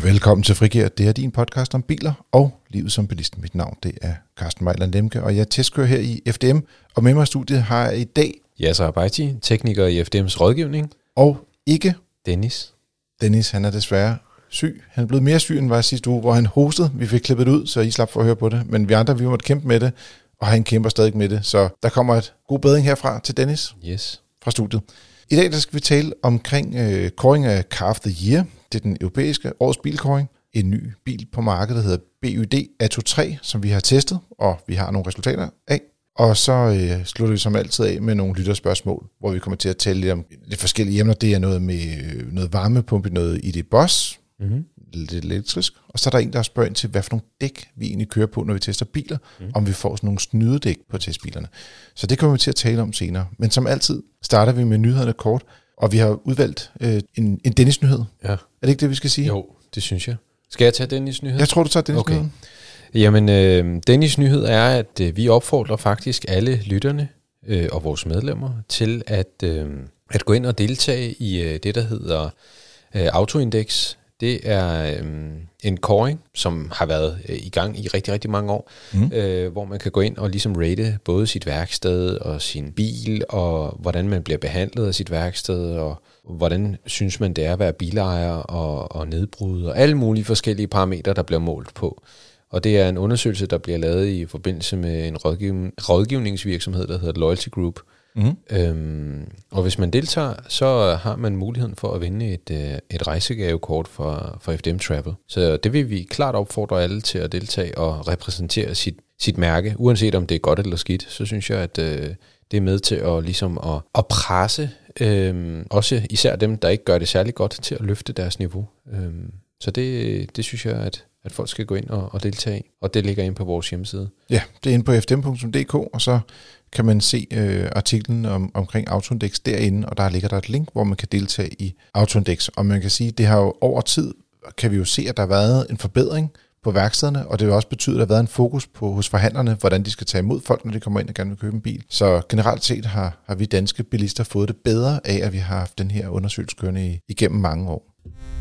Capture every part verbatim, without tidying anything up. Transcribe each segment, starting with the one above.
Velkommen til Frigir. Det er din podcast om biler og livet som bilist. Mit navn det er Carsten Mejland Lemke, og jeg testkører her i F D M. Og med mig i studiet har jeg i dag Yasser Abaiti, tekniker i F D M's rådgivning. Og ikke Dennis. Dennis, han er desværre syg. Han er blevet mere syg, end var sidste uge, hvor han hostede. Vi fik klippet det ud, så I slap for at høre på det. Men vi andre, vi måtte kæmpe med det, og han kæmper stadig med det. Så der kommer et god bedring herfra til Dennis Yes. fra studiet. I dag der skal vi tale omkring øh, kåring af Car of the Year. Det er den europæiske årets bilkåring. En ny bil på markedet, der hedder B Y D Atto tre, som vi har testet, og vi har nogle resultater af. Og så øh, slutter vi som altid af med nogle lytterspørgsmål, hvor vi kommer til at tale lidt om lidt forskellige emner. Det er noget med øh, noget varmepumpe, noget I D Boss, Mm-hmm. lidt elektrisk. Og så er der en, der spørger ind til, hvad for nogle dæk vi egentlig kører på, når vi tester biler, mm. om vi får sådan nogle snydedæk på testbilerne. Så det kommer vi til at tale om senere. Men som altid starter vi med nyhederne kort, og vi har udvalgt øh, en, en Dennis-nyhed. Ja. Er det ikke det, vi skal sige? Jo, det synes jeg. Skal jeg tage Dennis' nyhed? Jeg tror, du tager Dennis-nyheden. Okay. Jamen, øh, Dennis' nyhed er, at øh, vi opfordrer faktisk alle lytterne øh, og vores medlemmer til at, øh, at gå ind og deltage i øh, det, der hedder øh, Autoindex. Det er øh, en kåring, som har været øh, i gang i rigtig, rigtig mange år, mm. øh, hvor man kan gå ind og ligesom rate både sit værksted og sin bil, og hvordan man bliver behandlet af sit værksted, og hvordan synes man det er at være bilejer og, og nedbrud, og alle mulige forskellige parametre, der bliver målt på. Og det er en undersøgelse, der bliver lavet i forbindelse med en rådgiv- rådgivningsvirksomhed, der hedder Loyalty Group. Mm. Øhm, og hvis man deltager, så har man muligheden for at vinde et, et rejsegavekort for, for F D M Travel. Så det vil vi klart opfordre alle til at deltage og repræsentere sit, sit mærke. Uanset om det er godt eller skidt, så synes jeg, at øh, det er med til at, ligesom at, at presse øh, også især dem, der ikke gør det særlig godt, til at løfte deres niveau. Øh, så det, det synes jeg, at at folk skal gå ind og, og deltage i, og det ligger inde på vores hjemmeside. Ja, det er inde på f d m punktum d k, og så kan man se øh, artiklen om, omkring Autoindex derinde, og der ligger der et link, hvor man kan deltage i Autoindex. Og man kan sige, at det har jo over tid, kan vi jo se, at der har været en forbedring på værkstederne, og det vil også betyde, at der har været en fokus på hos forhandlerne, hvordan de skal tage imod folk, når de kommer ind og gerne vil købe en bil. Så generelt set har, har vi danske bilister fået det bedre af, at vi har haft den her undersøgelse kørende i, igennem mange år.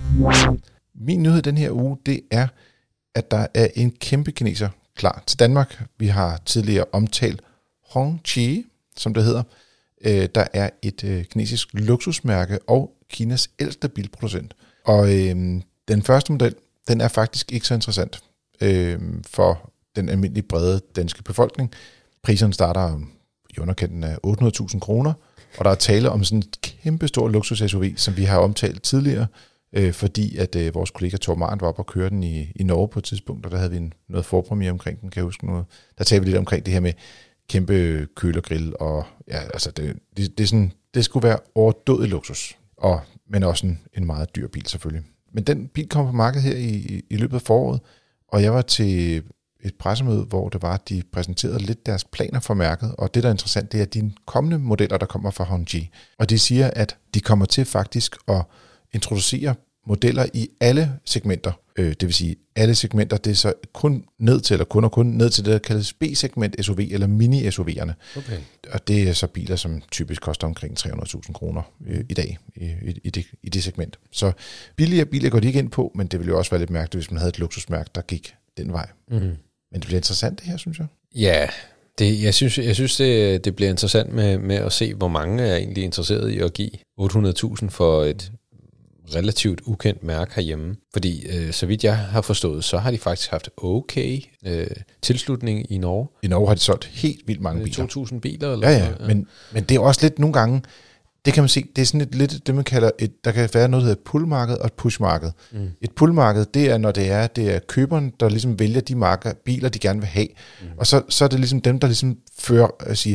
Min nyhed den her uge, det er, at der er en kæmpe kineser klar til Danmark. Vi har tidligere omtalt Hongqi, som det hedder. Øh, der er et øh, kinesisk luksusmærke og Kinas ældste bilproducent. Og øh, den første model, den er faktisk ikke så interessant øh, for den almindelige brede danske befolkning. Priserne starter i underkanten af otte hundrede tusind kroner, og der er tale om sådan et kæmpe stor luksus-S U V, som vi har omtalt tidligere, Øh, fordi at øh, vores kollega Thor Maren var oppe og køre den i, i Norge på et tidspunkt, og der havde vi en, noget forpremiere omkring den, kan jeg huske noget. Der talte vi lidt omkring det her med kæmpe kølergrill, og ja, altså det, det, det, er sådan, det skulle være overdådig luksus, og, men også en, en meget dyr bil selvfølgelig. Men den bil kom på markedet her i, i, i løbet af foråret, og jeg var til et pressemøde, hvor det var, at de præsenterede lidt deres planer for mærket, og det, der er interessant, det er de kommende modeller, der kommer fra Hongqi. Og de siger, at de kommer til faktisk at introducere modeller i alle segmenter. Øh, det vil sige, alle segmenter, det er så kun ned til, eller kun og kun ned til det, der kaldes B-segment S U V, eller mini-S U V'erne. Okay. Og det er så biler, som typisk koster omkring tre hundrede tusind kroner øh, i dag, i, i, i, det, i det segment. Så billigere biler går de ikke ind på, men det ville jo også være lidt mærkeligt, hvis man havde et luksusmærke, der gik den vej. Mm-hmm. Men det bliver interessant det her, synes jeg. Ja, det, jeg synes, jeg synes det, det bliver interessant med, med at se, hvor mange er egentlig interesseret i at give otte hundrede tusind for et relativt ukendt mærke herhjemme. Fordi øh, så vidt jeg har forstået, så har de faktisk haft okay øh, tilslutning i Norge. I Norge har de solgt helt vildt mange biler. to tusind biler? Eller ja, ja, ja. Men, men det er også lidt nogle gange, det kan man se, det er sådan et, lidt det, man kalder, et, der kan være noget, der hedder et pull-marked og et push-marked. Mm. Et pull-marked, det er, når det er, det er køberen, der ligesom vælger de marker, biler, de gerne vil have. Mm. Og så, så er det ligesom dem, der ligesom fører og siger,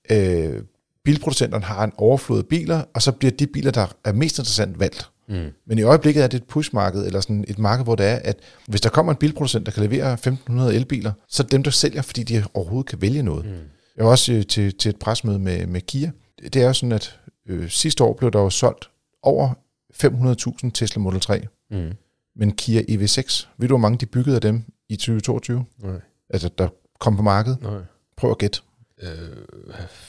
øh, bilproducenterne har en overflod af biler, og så bliver de biler, der er mest interessant, valgt. Mm. Men i øjeblikket er det et pushmarked, eller sådan et marked, hvor det er, at hvis der kommer en bilproducent, der kan levere femten hundrede elbiler, så er det dem, der sælger, fordi de overhovedet kan vælge noget. Mm. Jeg var også øh, til, til et presmøde med, med Kia. Det er jo sådan, at øh, sidste år blev der jo solgt over fem hundrede tusind Tesla Model tre. Mm. Men Kia E V seks, ved du, hvor mange de byggede af dem i tyve toogtyve? Nej. Altså, der kom på markedet? Nej. Prøv at gætte. Øh,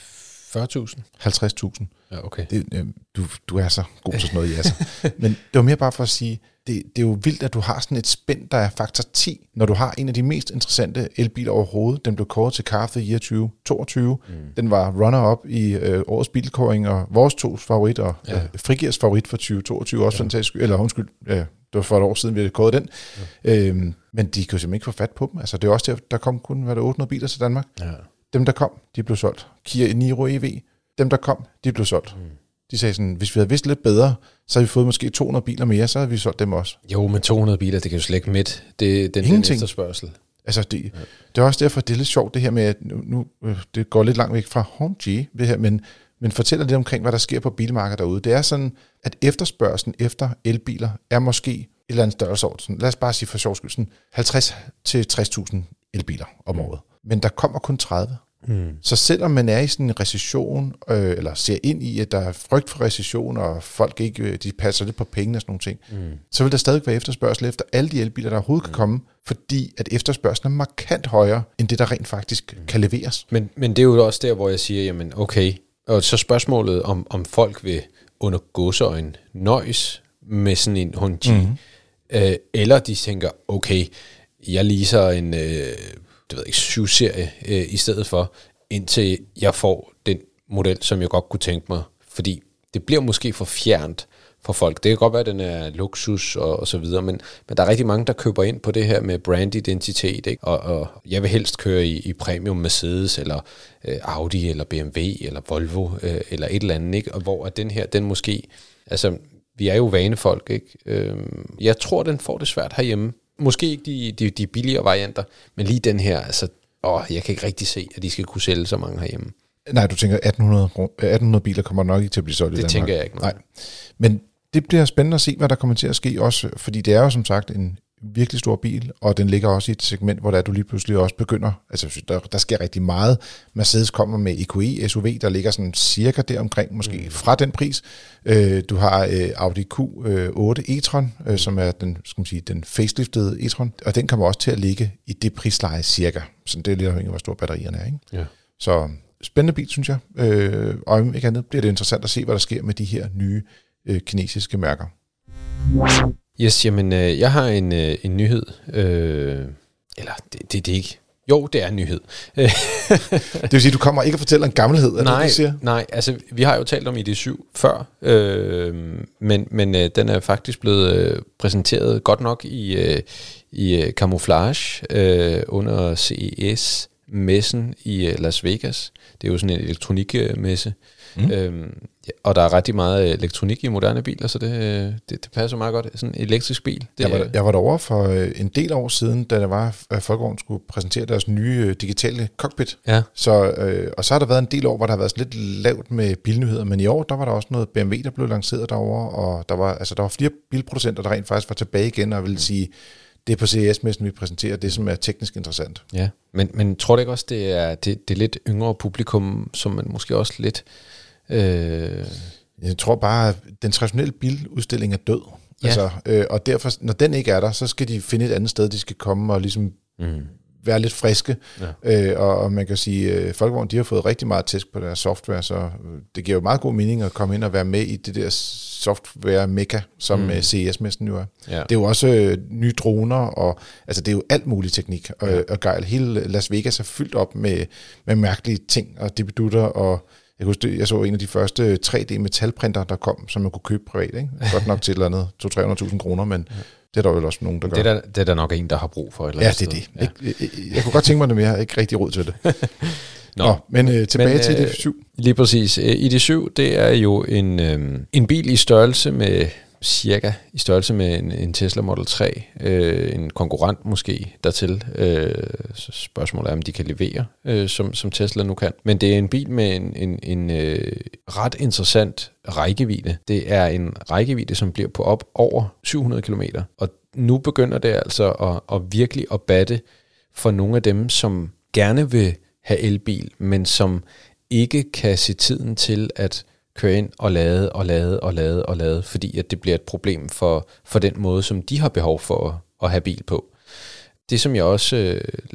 fyrre tusind? halvtreds tusind. Ja, okay. Det, øh, du, du er så god til sådan noget, ja. Men det var mere bare for at sige, det, det er jo vildt, at du har sådan et spænd, der er faktor ti, når du har en af de mest interessante elbiler overhovedet. Den blev kåret til Car of the Year tyve toogtyve. Mm. Den var runner-up i øh, årets bilkåring, og vores tos favorit, og ja. øh, Frigears favorit for tyve toogtyve, også ja. for den sags skyld, eller undskyld, ja, det var for et år siden, vi havde kåret den. Ja. Øhm, men de kunne simpelthen ikke få fat på dem. Altså, det er også der, der kom kun, hvad der otte hundrede biler til Danmark. Ja. Dem, der kom, de blev solgt. Kia Niro E V, dem, der kom, de blev solgt. Mm. De sagde sådan, hvis vi havde vidst lidt bedre, så havde vi fået måske to hundrede biler mere, så havde vi solgt dem også. Jo, men to hundrede biler, det kan jo slet ikke midt. Det, den, den efterspørgsel. Altså, det, ja. det er også derfor, det er lidt sjovt det her med, at nu, nu det går lidt langt væk fra Home G, det her, men, men fortæller lidt omkring, hvad der sker på bilmarkedet derude. Det er sådan, at efterspørgselen efter elbiler er måske et eller andet størrelsesorden. Lad os bare sige for sjov skyld, halvtreds til tres tusind elbiler om året. Men der kommer kun tredive. Hmm. Så selvom man er i sådan en recession, øh, eller ser ind i, at der er frygt for recession, og folk ikke, de passer lidt på penge og sådan nogle ting, hmm. så vil der stadig være efterspørgsel efter alle de elbiler, der overhovedet hmm. kan komme, fordi at efterspørgselen er markant højere, end det, der rent faktisk hmm. kan leveres. Men, men det er jo også der, hvor jeg siger, jamen okay, og så spørgsmålet om, om folk vil under gåseøjne nøjes med sådan en Hyundai, hmm. øh, eller de tænker, okay, jeg leaser en... Øh, det ved ikke, syv-serie øh, i stedet for, indtil jeg får den model, som jeg godt kunne tænke mig. Fordi det bliver måske for fjernt for folk. Det kan godt være, at den er luksus og, og så videre, men, men der er rigtig mange, der køber ind på det her med brandidentitet, ikke? Og, og jeg vil helst køre i, i premium Mercedes, eller øh, Audi, eller B M W, eller Volvo, øh, eller et eller andet, ikke? Og hvor at den her, den måske... Altså, vi er jo vanefolk, ikke? Øh, jeg tror, den får det svært herhjemme. Måske ikke de, de, de billigere varianter, men lige den her, altså, åh, jeg kan ikke rigtig se, at de skal kunne sælge så mange herhjemme. Nej, du tænker, atten hundrede, atten hundrede biler kommer nok ikke til at blive solgt i Danmark. Det tænker jeg ikke. Nej. Men det bliver spændende at se, hvad der kommer til at ske også, fordi det er jo som sagt en virkelig stor bil, og den ligger også i et segment, hvor der du lige pludselig også begynder, altså der, der sker rigtig meget. Mercedes kommer med E Q E S U V, der ligger sådan cirka der omkring, måske mm. fra den pris. Øh, du har øh, Audi Q otte e-tron, øh, som er den, skal man sige, den faceliftede e-tron, og den kommer også til at ligge i det prisleje cirka. Så det er lidt afhængigt af, hvor store batterierne er, ikke? Ja. Så spændende bil, synes jeg. Øh, og ikke andet bliver det interessant at se, hvad der sker med de her nye øh, kinesiske mærker. Yes, jamen, øh, jeg har en, øh, en nyhed. Øh, eller, det, det, det er ikke... Jo, det er en nyhed. Det vil sige, du kommer ikke at fortælle en gammelhed, er nej, det, du siger? Nej, altså, vi har jo talt om I D syv før, øh, men, men øh, den er faktisk blevet øh, præsenteret godt nok i, øh, i camouflage øh, under C E S-messen i øh, Las Vegas. Det er jo sådan en elektronikmesse. Mm. Øhm, ja, og der er rigtig meget elektronik i moderne biler, så det, det, det passer meget godt. Sådan en elektrisk bil. Det, jeg, var, jeg var derovre for en del år siden, da der var, at Folkevogn skulle præsentere deres nye digitale cockpit. Ja. Så, øh, og så har der været en del år, hvor der har været lidt lavt med bilnyheder, men i år, der var der også noget B M W, der blev lanceret derovre, og der var, altså, der var flere bilproducenter, der rent faktisk var tilbage igen, og ville mm. sige, det er på C E S-messen, vi præsenterer det, som er teknisk interessant. Ja, men, men tror du ikke også, det er det, det er lidt yngre publikum, som man måske også lidt... Øh... Jeg tror bare, at den traditionelle biludstilling er død. Ja. Altså, øh, og derfor, når den ikke er der, så skal de finde et andet sted, de skal komme og ligesom mm. være lidt friske. Ja. Øh, og, og man kan sige, at Folkevogn, de har fået rigtig meget tæsk på deres software, så det giver jo meget god mening at komme ind og være med i det der software-mekka, som mm. C E S-messen jo er. Ja. Det er jo også øh, nye droner, og altså, det er jo alt mulig teknik og, ja. og gejl. Hele Las Vegas er fyldt op med, med mærkelige ting og dibedutter, og jeg husker, jeg så en af de første tre D metalprinter, der kom, som man kunne købe privat, ikke? Godt nok til et eller andet to til tre hundrede tusind kroner, men ja. det er der jo også nogen, der det gør. Der, det er der nok en, der har brug for et eller andet. Ja, det er det. Ja. Jeg, jeg kunne godt tænke mig det, men jeg har ikke rigtig råd til det. Nå, Nå, men øh, tilbage men, til I D syv. Lige præcis. I D syv, det er jo en, øh, en bil i størrelse med cirka i størrelse med en, en Tesla Model tre, øh, en konkurrent måske dertil. Øh, så spørgsmålet er, om de kan levere, øh, som, som Tesla nu kan. Men det er en bil med en, en, en øh, ret interessant rækkevidde. Det er en rækkevidde, som bliver på op over syv hundrede kilometer. Og nu begynder det altså at, at virkelig at batte for nogle af dem, som gerne vil have elbil, men som ikke kan se tiden til at køre ind og lade og lade og lade og lade, fordi at det bliver et problem for, for den måde, som de har behov for at, at have bil på. Det, som jeg også øh,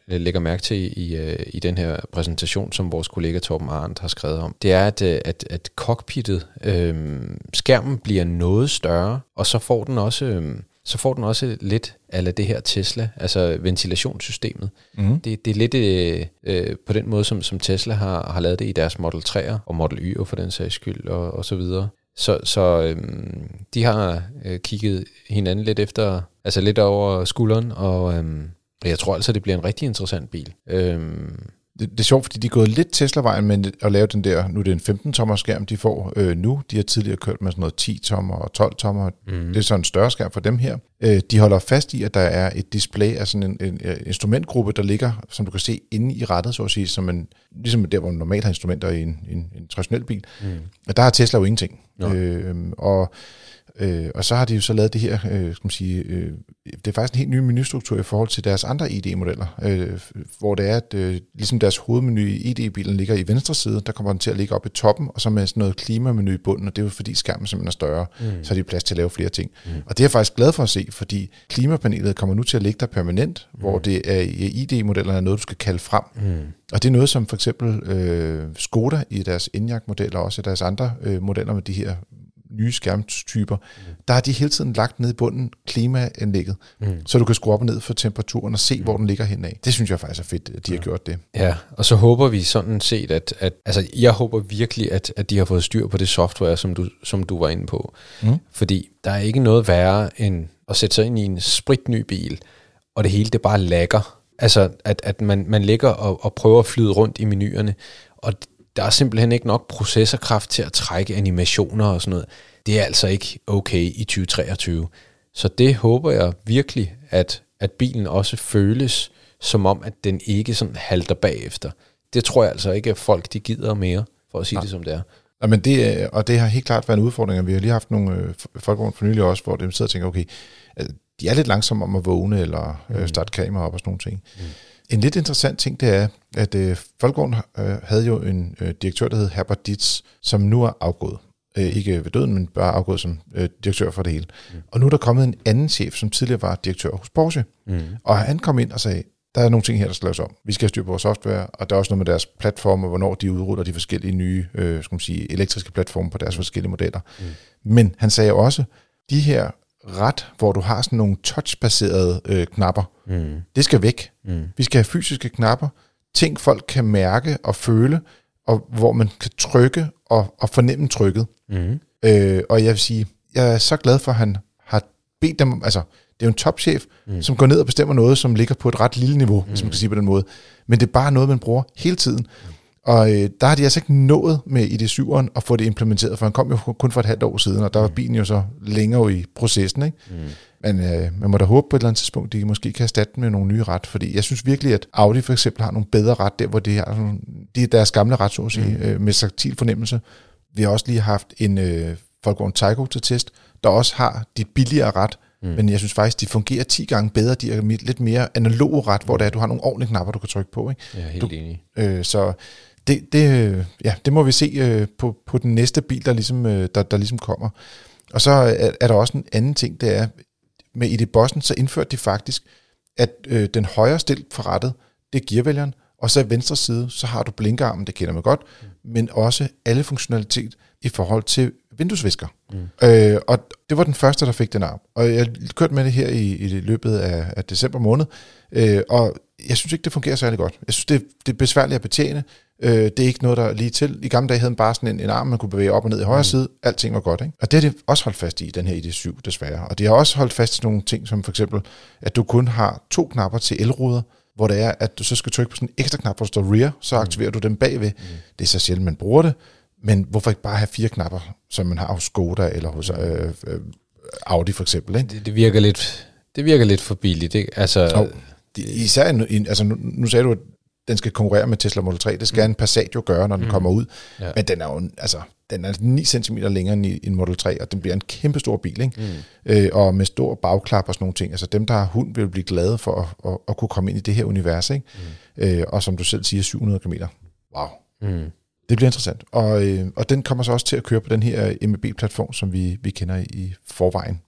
lægger mærke til i, øh, i den her præsentation, som vores kollega Torben Arendt har skrevet om, det er, at, at, at cockpittet, øh, skærmen bliver noget større, og så får den også... Øh, så får den også lidt af det her Tesla, altså ventilationssystemet. Mm. Det, det er lidt øh, øh, på den måde, som, som Tesla har, har lavet det i deres Model tre'er, og Model Y'er for den sags skyld, og, og så videre. Så, så øh, de har øh, kigget hinanden lidt efter, altså lidt over skulderen, og øh, jeg tror altså, det bliver en rigtig interessant bil. Øh, Det, det er sjovt, fordi de er gået lidt Tesla-vejen med at lave den der, nu er det en femten-tommer skærm, de får øh, nu. De har tidligere kørt med sådan noget ti-tommer og tolv-tommer. Mm. Det er sådan en større skærm for dem her. Øh, de holder fast i, at der er et display af sådan en, en, en instrumentgruppe, der ligger, som du kan se, inde i rattet, så at sige, som en, ligesom der, hvor man normalt har instrumenter i en, en, en traditionel bil. Mm. Og der har Tesla jo ingenting. Øh, og Øh, og så har de jo så lavet det her, øh, skal man sige, øh, det er faktisk en helt ny menustruktur i forhold til deres andre I D-modeller, øh, hvor det er, at øh, ligesom deres hovedmenu i I D-bilen ligger i venstre side, der kommer den til at ligge oppe i toppen, og så med sådan noget klimamenu i bunden, og det er jo fordi skærmen simpelthen er større, mm. så har de plads til at lave flere ting. Mm. Og det er jeg faktisk glad for at se, fordi klimapanelet kommer nu til at ligge der permanent, mm. hvor det er i I D-modellerne er noget, du skal kalde frem. Mm. Og det er noget, som for eksempel øh, Skoda i deres Enyaq-modeller, og også i deres andre øh, modeller med de her nye skærmtyper, mm. der har de hele tiden lagt ned i bunden klimaanlægget, mm. så du kan skrue op og ned for temperaturen og se, mm. hvor den ligger henad. Det synes jeg faktisk er fedt, at de ja. har gjort det. Ja, og så håber vi sådan set, at, at altså jeg håber virkelig, at, at de har fået styr på det software, som du, som du var inde på. Mm. Fordi der er ikke noget værre end at sætte sig ind i en spritny bil, og det hele det bare lagger. Altså, at, at man, man ligger og, og prøver at flyde rundt i menuerne, og der er simpelthen ikke nok processorkraft til at trække animationer og sådan noget. Det er altså ikke okay i tyve treogtyve. Så det håber jeg virkelig, at, at bilen også føles som om, at den ikke sådan halter bagefter. Det tror jeg altså ikke, at folk de gider mere, for at sige ja. det som det er. Ja, men det, og det har helt klart været en udfordring. Vi har lige haft nogle øh, folk for nylig også, hvor de sidder og tænker, okay, altså, de er lidt langsomme om at vågne, eller øh, starte kamera op og sådan nogle ting. Mm. En lidt interessant ting, det er, at øh, Folkevogn øh, havde jo en øh, direktør, der hed Herbert Dietz, som nu er afgået. Øh, ikke ved døden, men bare afgået som øh, direktør for det hele. Mm. Og nu er der kommet en anden chef, som tidligere var direktør hos Porsche. Mm. Og han kom ind og sagde, der er nogle ting her, der skal laves om. Vi skal have styr på vores software, og der er også noget med deres platforme, hvornår de udruller de forskellige nye øh, skal man sige, elektriske platforme på deres mm. forskellige modeller. Mm. Men han sagde også, de her ret, hvor du har sådan nogle touchbaserede øh, knapper. Mm. Det skal væk. Mm. Vi skal have fysiske knapper, ting folk kan mærke og føle, og hvor man kan trykke og, og fornemme trykket. Mm. Øh, og jeg vil sige, jeg er så glad for, at han har bedt dem, altså det er jo en topchef, mm. som går ned og bestemmer noget, som ligger på et ret lille niveau, mm. hvis man kan sige på den måde. Men det er bare noget, man bruger hele tiden. Mm. Og øh, der har de altså ikke nået med I D syv'eren at få det implementeret, for han kom jo kun for et halvt år siden, og der var bilen jo så længere i processen, ikke? Mm. Men øh, man må da håbe på et eller andet tidspunkt, de måske kan erstatte den med nogle nye ret, fordi jeg synes virkelig, at Audi for eksempel har nogle bedre ret der, hvor de har de er deres gamle ret, så at sige, mm. øh, med taktil fornemmelse. Vi har også lige haft en øh, Volkswagen Taygo til test, der også har de billigere ret, mm. men jeg synes faktisk, de fungerer ti gange bedre. De er lidt mere analoge ret, hvor det er, du har nogle ordentlige knapper, du kan trykke på, ikke? Jeg er helt du, enig. Øh, så det, det, ja, det må vi se øh, på, på den næste bil, der ligesom, øh, der, der ligesom kommer. Og så er, er der også en anden ting, det er, med I D Bossen, så indførte de faktisk, at øh, den højre stil for rattet, det er gearvælgeren, og så i venstre side, så har du blinkerarmen, det kender man godt, mm. men også alle funktionalitet i forhold til vinduesvisker. Mm. Øh, og det var den første, der fik den arm. Og jeg kørte med det her i, i løbet af, af december måned, øh, og jeg synes ikke, det fungerer særlig godt. Jeg synes, det, det er besværligt at betjene. Øh, det er ikke noget, der er lige til. I gamle dage havde man bare sådan en, en arm, man kunne bevæge op og ned i højre mm. side. Alting var godt, ikke? Og det har de også holdt fast i, den her I D syv, desværre. Og de har også holdt fast i nogle ting, som for eksempel, at du kun har to knapper til elruder, hvor det er, at du så skal trykke på sådan en ekstra knap, hvor der står rear, så aktiverer mm. du den bagved. Mm. Det er så sjældent, man bruger det. Men hvorfor ikke bare have fire knapper, som man har hos Skoda eller hos øh, øh, Audi for eksempel, ikke? Det, det virker lidt, det virker lidt for billigt, ikke? Altså, oh, de, især en, en, altså nu, nu sagde du, at den skal konkurrere med Tesla Model tre. Det skal mm. en Passat jo gøre, når den mm. kommer ud. Ja. Men den er jo altså, den er ni centimeter længere end en Model tre, og den bliver en kæmpe stor bil, ikke? Mm. Øh, og med stor bagklap og sådan nogle ting. Altså dem, der har hund, vil blive glade for at, at, at kunne komme ind i det her univers, ikke? Mm. Øh, og som du selv siger, syv hundrede kilometer. Wow. Mm. Det bliver interessant. Og, øh, og den kommer så også til at køre på den her M E B-platform, som vi, vi kender i forvejen.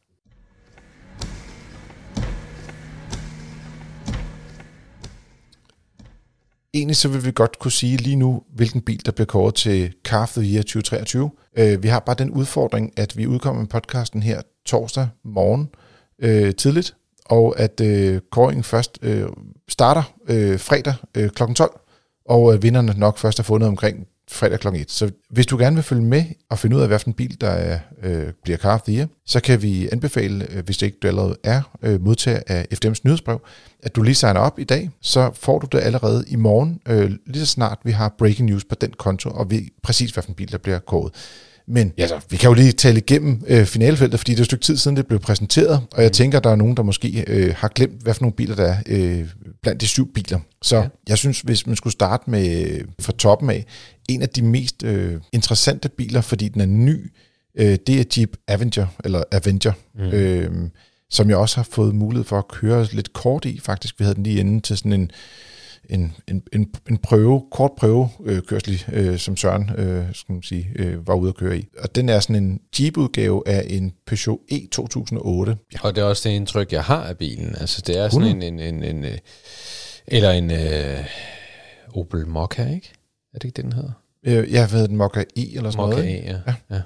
egentlig så vil vi godt kunne sige lige nu, hvilken bil, der bliver kåret til Car of the Year tyve treogtyve. Øh, vi har bare den udfordring, at vi udkommer med podcasten her torsdag morgen øh, tidligt, og at øh, kåringen først øh, starter øh, fredag øh, klokken tolv, og øh, vinderne nok først er fundet omkring fredag klokken et. Så hvis du gerne vil følge med og finde ud af, hvilken bil, der er, øh, bliver Car of the Year, så kan vi anbefale, øh, hvis det ikke du allerede er øh, modtager af F D M's nyhedsbrev, at du lige signer op i dag, så får du det allerede i morgen, øh, lige så snart vi har breaking news på den konto, og ved præcis, hvilken bil, der bliver kåret. Men ja, så, vi kan jo lige tale igennem øh, finalefeltet, fordi det er et stykke tid siden, det blev præsenteret, og jeg tænker, der er nogen, der måske øh, har glemt, hvad for nogle biler der er øh, blandt de syv biler. Så ja. Jeg synes, hvis man skulle starte med øh, fra toppen af, en af de mest øh, interessante biler, fordi den er ny, øh, det er Jeep Avenger, eller Avenger, mm. øh, som jeg også har fået mulighed for at køre lidt kort i, faktisk. Vi havde den lige inde til sådan en En, en, en, en prøve, kort prøvekørsel, øh, som Søren øh, skal man sige, øh, var ude at køre i. Og den er sådan en Jeep-udgave af en Peugeot E to tusind og otte. Ja. Og det er også det indtryk, jeg har af bilen. Altså, det er sådan en, en, en, en, en, eller en øh, Opel Mokka, ikke? Er det ikke det, den hedder? Øh, jeg ved den Mokka E eller sådan Mokka noget. E, ja. ja. ja.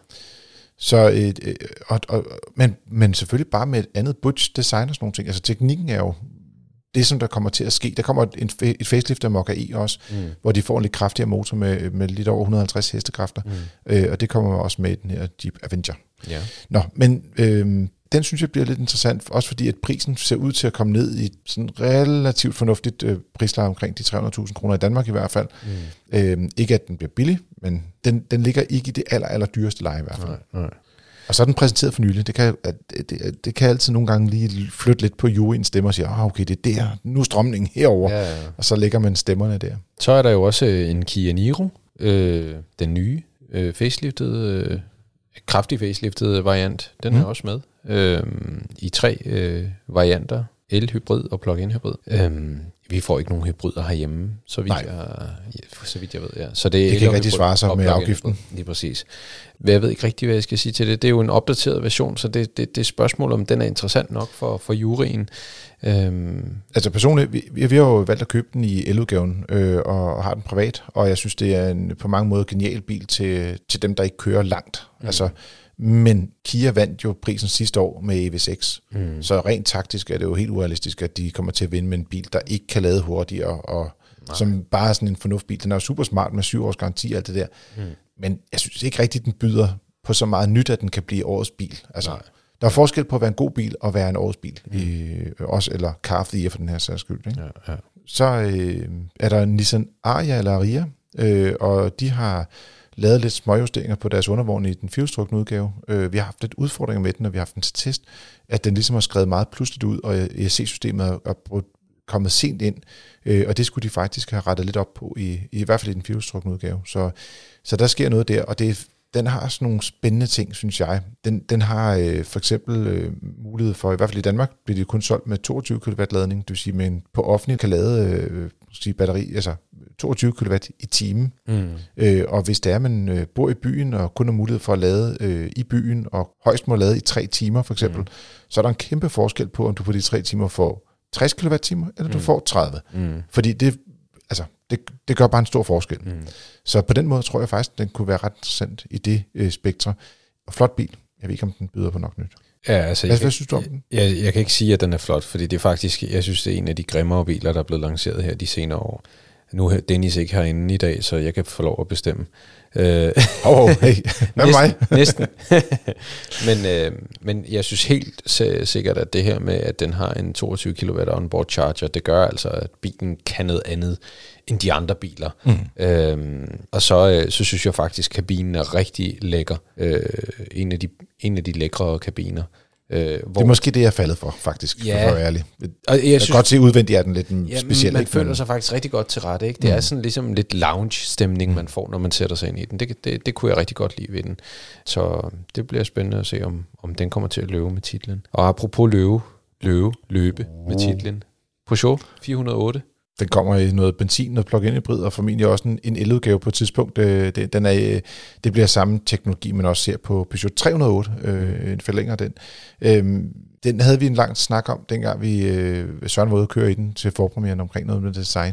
Så et, øh, og, og, men, men selvfølgelig bare med et andet budget design og sådan nogle ting. Altså teknikken er jo det, som der kommer til at ske. Der kommer et, et facelift af Mokka E også, mm. hvor de får en lidt kraftigere motor med, med lidt over et hundrede og halvtreds hestekræfter. Mm. Øh, og det kommer også med i den her Jeep Avenger. Ja. Nå, men øh, den synes jeg bliver lidt interessant, også fordi at prisen ser ud til at komme ned i sådan relativt fornuftigt øh, prisleje omkring de tre hundrede tusind kroner i Danmark i hvert fald. Mm. Øh, ikke at den bliver billig, men den, den ligger ikke i det aller, aller dyreste leje i hvert fald. Nej, nej. Og så er den præsenteret for nylig. Det kan, det, det, det kan altid nogle gange lige flytte lidt på juryen stemme og sige, ah, okay, det er der, nu er strømningen herover, ja, ja. Og så lægger man stemmerne der. Så er der jo også en Kia Niro, øh, den nye øh, faceliftede, øh, kraftig faceliftede variant. Den mm. er også med øh, i tre øh, varianter, el-hybrid og plug-in hybrid. Øh, vi får ikke nogen hybrider herhjemme, så vidt, jeg, ja, så vidt jeg ved. Ja. Så det, det kan ikke rigtig svare sig med afgiften. Lige præcis. Jeg ved ikke rigtig, hvad jeg skal sige til det. Det er jo en opdateret version, så det, det, det er spørgsmål, om den er interessant nok for, for juryen. Øhm. Altså personligt, vi, vi har jo valgt at købe den i el-udgaven øh, og har den privat, og jeg synes, det er en på mange måder genial bil til, til dem, der ikke kører langt. Mm. Altså, men Kia vandt jo prisen sidste år med E V seks, mm. så rent taktisk er det jo helt urealistisk, at de kommer til at vinde med en bil, der ikke kan lade hurtigere, og nej. Som bare er sådan en fornuftbil. Den er jo super smart med syv års garanti og alt det der, mm. men jeg synes ikke rigtigt, den byder på så meget nyt, at den kan blive årets bil. Altså, der er forskel på at være en god bil og være en årets bil, mm. i, også, eller Car of the Year for den her sags skyld. Ikke? Ja, ja. Så øh, er der Nissan Ariya eller Ariya, øh, og de har lavet lidt småjusteringer på deres undervogn i den firehjulstrukne udgave. Øh, vi har haft lidt udfordringer med den, og vi har haft en til test, at den ligesom har skrevet meget pludseligt ud, og E S C-systemet er kommet sent ind, øh, og det skulle de faktisk have rettet lidt op på, i, i hvert fald i den firehjulstrukne udgave. Så, så der sker noget der, og det, den har sådan nogle spændende ting, synes jeg. Den, den har øh, for eksempel øh, mulighed for, i hvert fald i Danmark, bliver det kun solgt med toogtyve kilowatt ladning, det vil sige, men på offentlig kan lade øh, sige batteri, altså toogtyve kilowatt i timen. Mm. Øh, og hvis det er, at man øh, bor i byen og kun har mulighed for at lade øh, i byen, og højst må lade i tre timer for eksempel, mm. så er der en kæmpe forskel på, om du på de tre timer får tres kilowatt-timer, eller du mm. får tredive. Mm. Fordi det, altså, det, det gør bare en stor forskel. Mm. Så på den måde tror jeg faktisk, at den kunne være ret interessant i det øh, spektre. Og flot bil. Jeg ved ikke, om den byder på nok nyt. Ja, altså, hvad, jeg, hvad synes du om den? Jeg, jeg, jeg kan ikke sige, at den er flot, fordi det er faktisk, jeg synes, det er en af de grimmere biler, der er blevet lanceret her de senere år. Nu er Dennis ikke herinde i dag, så jeg kan få lov at bestemme. Åh, oh, hey, hvad med mig? Næsten. men, øh, men jeg synes helt sikkert, at det her med, at den har en toogtyve kilowatt onboard charger, det gør altså, at bilen kan noget andet end de andre biler. Mm. Øhm, og så, øh, så synes jeg faktisk, at kabinen er rigtig lækker. Øh, en, af de, en af de lækre kabiner. Øh, hvor det er måske det, jeg er faldet for, faktisk, ja, for at være ærlig. Og jeg, jeg synes, kan godt se, udvendigt er den lidt ja, speciel. Man ikke? føler sig faktisk rigtig godt til rette, ikke? Det mm. er sådan ligesom lidt lounge-stemning, mm. man får, når man sætter sig ind i den. Det, det, det kunne jeg rigtig godt lide ved den. Så det bliver spændende at se, om, om den kommer til at løbe med titlen. Og apropos løbe, løbe, løbe uh. med titlen. Peugeot fire hundrede og otte. Den kommer i noget benzin, noget plug-in hybrid, og formentlig også en, en el-udgave på et tidspunkt. Det, den er, det bliver samme teknologi, man også ser på Peugeot tre hundrede og otte, øh, en forlænger den. Øhm, den havde vi en lang snak om, dengang vi øh, Søren var ude at køre i den til forpremieren omkring noget med design.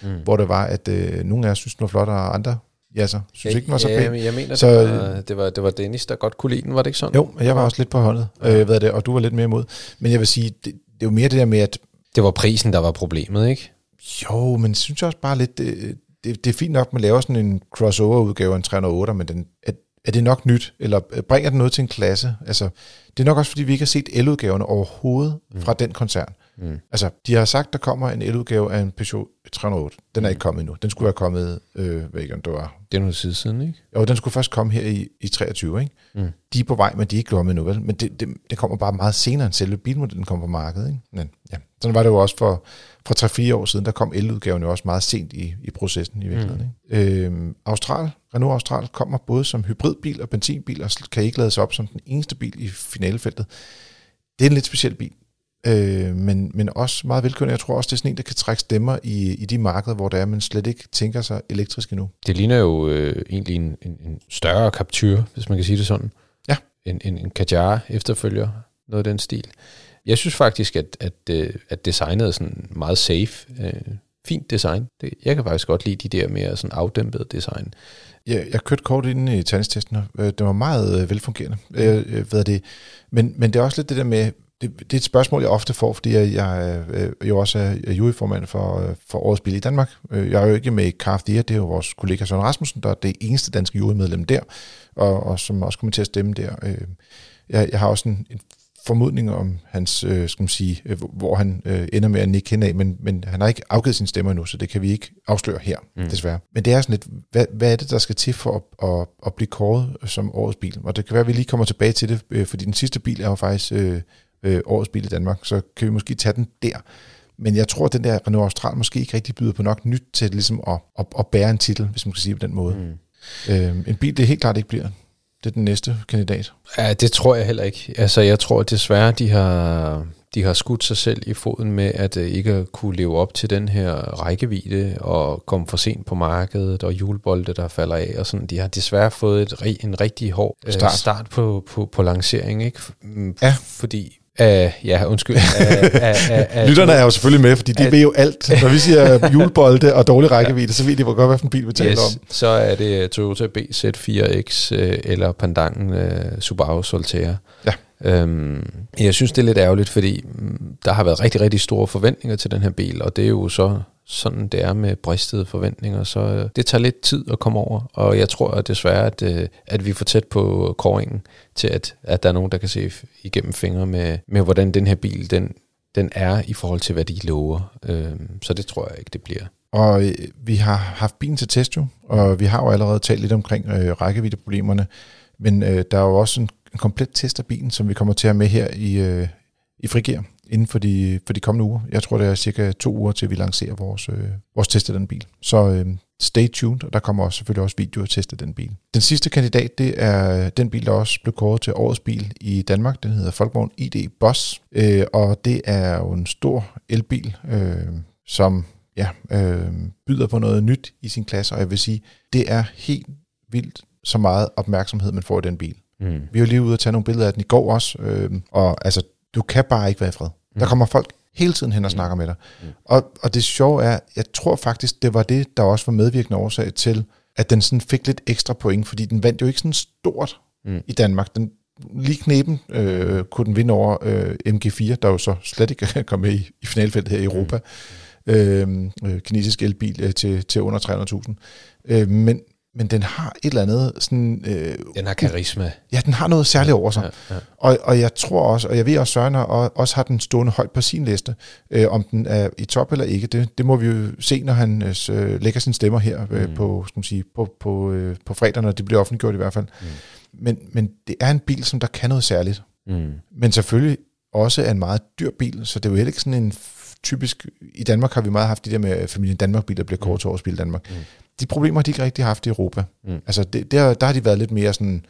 mm. hvor det var, at øh, nogle af os synes, den var flot, og andre ja, så synes ja, ikke, den var så ja, pæn. jeg mener, så, det, var, det, var, det var Dennis, der godt kunne lide den, var det ikke sådan? Jo, jeg var også lidt på holdet, ja. øh, ved det, og du var lidt mere imod. Men jeg vil sige, det, det er jo mere det der med, at... Det var prisen, der var problemet, ikke? Jo, men jeg synes også bare lidt... Det, det, det er fint nok, at man laver sådan en crossover-udgave af en tre nul otte, men den, er, er det nok nyt? Eller bringer den noget til en klasse? Altså, det er nok også, fordi vi ikke har set el-udgaverne overhovedet mm. fra den koncern. Mm. Altså, de har sagt, der kommer en el-udgave af en Peugeot tre nul otte. Den er mm. ikke kommet endnu. Den skulle have kommet, øh, hvad ikke, om det var... Det er noget tid siden, ikke? Jo, den skulle først komme her i, i treogtyve, ikke? Mm. De er på vej, men de er ikke kommet endnu, vel? Men det, det, det kommer bare meget senere, end selve bilmodellen kommer på markedet, ikke? Men ja, sådan var det jo også for, for tre fire år siden. Der kom el-udgaven jo også meget sent i, i processen i virkeligheden, mm. ikke? Øhm, Austral, Renault Austral kommer både som hybridbil og benzinbil, og kan ikke lades op som den eneste bil i finalefeltet. Det er en lidt speciel bil. Øh, men, men også meget velkørende. Jeg tror også, det er sådan en, der kan trække stemmer i, i de markeder, hvor der er, man slet ikke tænker sig elektrisk endnu. Det ligner jo øh, egentlig en, en, en større Captur, hvis man kan sige det sådan. Ja. En, en, en Kadjar efterfølger, noget af den stil. Jeg synes faktisk, at, at, at designet er sådan meget safe. Øh, fint design. Det, jeg kan faktisk godt lide de der mere sådan afdæmpede design. Ja, jeg kørte kort ind i tandstesten, det var meget øh, velfungerende. Øh, ved det. Men, men det er også lidt det der med, Det, det er et spørgsmål, jeg ofte får, fordi jeg, jeg, jeg jo også er juryformand for, for Årets Bil i Danmark. Jeg er jo ikke med i Car of the Year, det er jo vores kollega Søren Rasmussen, der er det eneste danske jurymedlem der, og, og som også kommer til at stemme der. Jeg, jeg har også en, en formodning om hans, skal man sige, hvor han ender med at nikke henad, men, men han har ikke afgivet sine stemmer endnu, så det kan vi ikke afsløre her, mm. desværre. Men det er sådan lidt, hvad, hvad er det, der skal til for at, at, at blive kåret som Årets Bil? Og det kan være, at vi lige kommer tilbage til det, fordi den sidste bil er jo faktisk... Øh, årets bil i Danmark, så kan vi måske tage den der. Men jeg tror, at den der Renault Austral måske ikke rigtig byder på nok nyt til ligesom at, at, at bære en titel, hvis man kan sige på den måde. Mm. Øh, en bil, det helt klart ikke bliver. Det er den næste kandidat. Ja, det tror jeg heller ikke. Altså, jeg tror at desværre, de har, de har skudt sig selv i foden med, at ikke kunne leve op til den her rækkevidde og komme for sent på markedet og hjulbolde, der falder af og sådan. De har desværre fået et, en rigtig hård start, start på, på, på lancering, ikke? Ja. Fordi Uh, ja, undskyld. Uh, uh, uh, Lytterne er jo selvfølgelig med, fordi de uh, ved jo alt. Når vi siger hjulbolde og dårlig rækkevidde, så ved de hvor godt, hvad for en bil vi taler yes, om. Så er det Toyota B Z fire X uh, eller pendanten uh, Subaru Solterra. Ja. Um, jeg synes, det er lidt ærgerligt, fordi um, der har været rigtig, rigtig store forventninger til den her bil, og det er jo så sådan, det er med bristede forventninger, så uh, det tager lidt tid at komme over, og jeg tror at desværre, at, uh, at vi får tæt på kåringen til, at, at der er nogen, der kan se igennem fingre med, med hvordan den her bil, den, den er i forhold til, hvad de lover. Uh, så det tror jeg ikke, det bliver. Og øh, vi har haft bilen til test jo, og vi har jo allerede talt lidt omkring øh, rækkeviddeproblemerne, men øh, der er jo også en, en komplet test af bilen, som vi kommer til at have med her i, øh, i Frigir inden for de, for de kommende uger. Jeg tror, det er cirka to uger til, vi lancerer vores, øh, vores test af den bil. Så øh, stay tuned, og der kommer også selvfølgelig også video at teste den bil. Den sidste kandidat, det er den bil, der også blev kåret til Årets Bil i Danmark. Den hedder Volkswagen I D Boss, øh, og det er jo en stor elbil, øh, som ja, øh, byder på noget nyt i sin klasse, og jeg vil sige, det er helt vildt så meget opmærksomhed, man får i den bil. Mm. Vi er jo lige ude og tage nogle billeder af den i går også, øh, og altså, du kan bare ikke være i fred. Mm. Der kommer folk hele tiden hen og snakker mm. med dig. Mm. Og, og det sjove er, jeg tror faktisk, det var det, der også var medvirkende årsag til, at den sådan fik lidt ekstra point, fordi den vandt jo ikke sådan stort mm. i Danmark. Den lige knepen øh, kunne den vinde over øh, M G fire, der jo så slet ikke kom med i, i finalfeltet her i Europa. Mm. Øh, øh, kinesisk elbil øh, til, til under tre hundrede tusind. Øh, men Men den har et eller andet sådan... Øh, den har karisma. Ja, den har noget særligt over sig. Ja, ja. Og, og jeg tror også, og jeg ved også, Søren og, også har den stående højt på sin liste. Øh, om den er i top eller ikke, det, det må vi jo se, når han øh, lægger sine stemmer her øh, mm. på, skal man sige, på, på, øh, på fredag, når det bliver offentliggjort i hvert fald. Mm. Men, men det er en bil, som der kan noget særligt. Mm. Men selvfølgelig også er en meget dyr bil, så det er jo heller ikke sådan en typisk... I Danmark har vi meget haft de der med familien Danmark-biler, der bliver kåret til Årets Bil i Danmark. Mm. De problemer har de ikke rigtig haft i Europa. Mm. Altså, det, der, der har de været lidt mere sådan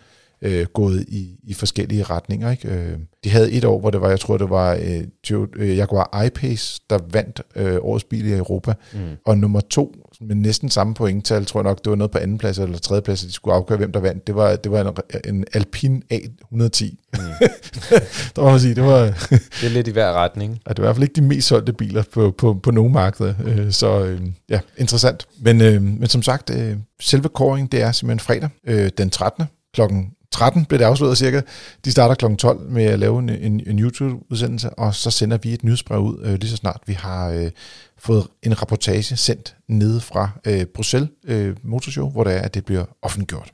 øh, gået i, i forskellige retninger. Ikke? Øh, de havde et år, hvor det var, jeg tror, det var øh, Jaguar I-Pace, der vandt øh, årets bil i Europa, mm. og nummer to, med næsten samme pointtal, tror jeg nok, det var noget på anden plads eller tredje plads, at de skulle afgøre, hvem der vandt. Det var, det var en, en Alpine A et hundrede og ti. Mm. Der må man sige, det var... det er lidt i hver retning. Ja, det var i hvert fald ikke de mest solgte biler på, på, på nogle markeder. Øh, så øh, ja, interessant. Men, øh, men som sagt, øh, selve kåringen, det er simpelthen fredag øh, den trettende klokken tretten blev det afsløret cirka. De starter klokken tolv med at lave en, en, en YouTube-udsendelse, og så sender vi et nyhedsbrev ud øh, lige så snart vi har øh, fået en rapportage sendt nede fra øh, Bruxelles øh, Motorshow, hvor det er, at det bliver offentliggjort.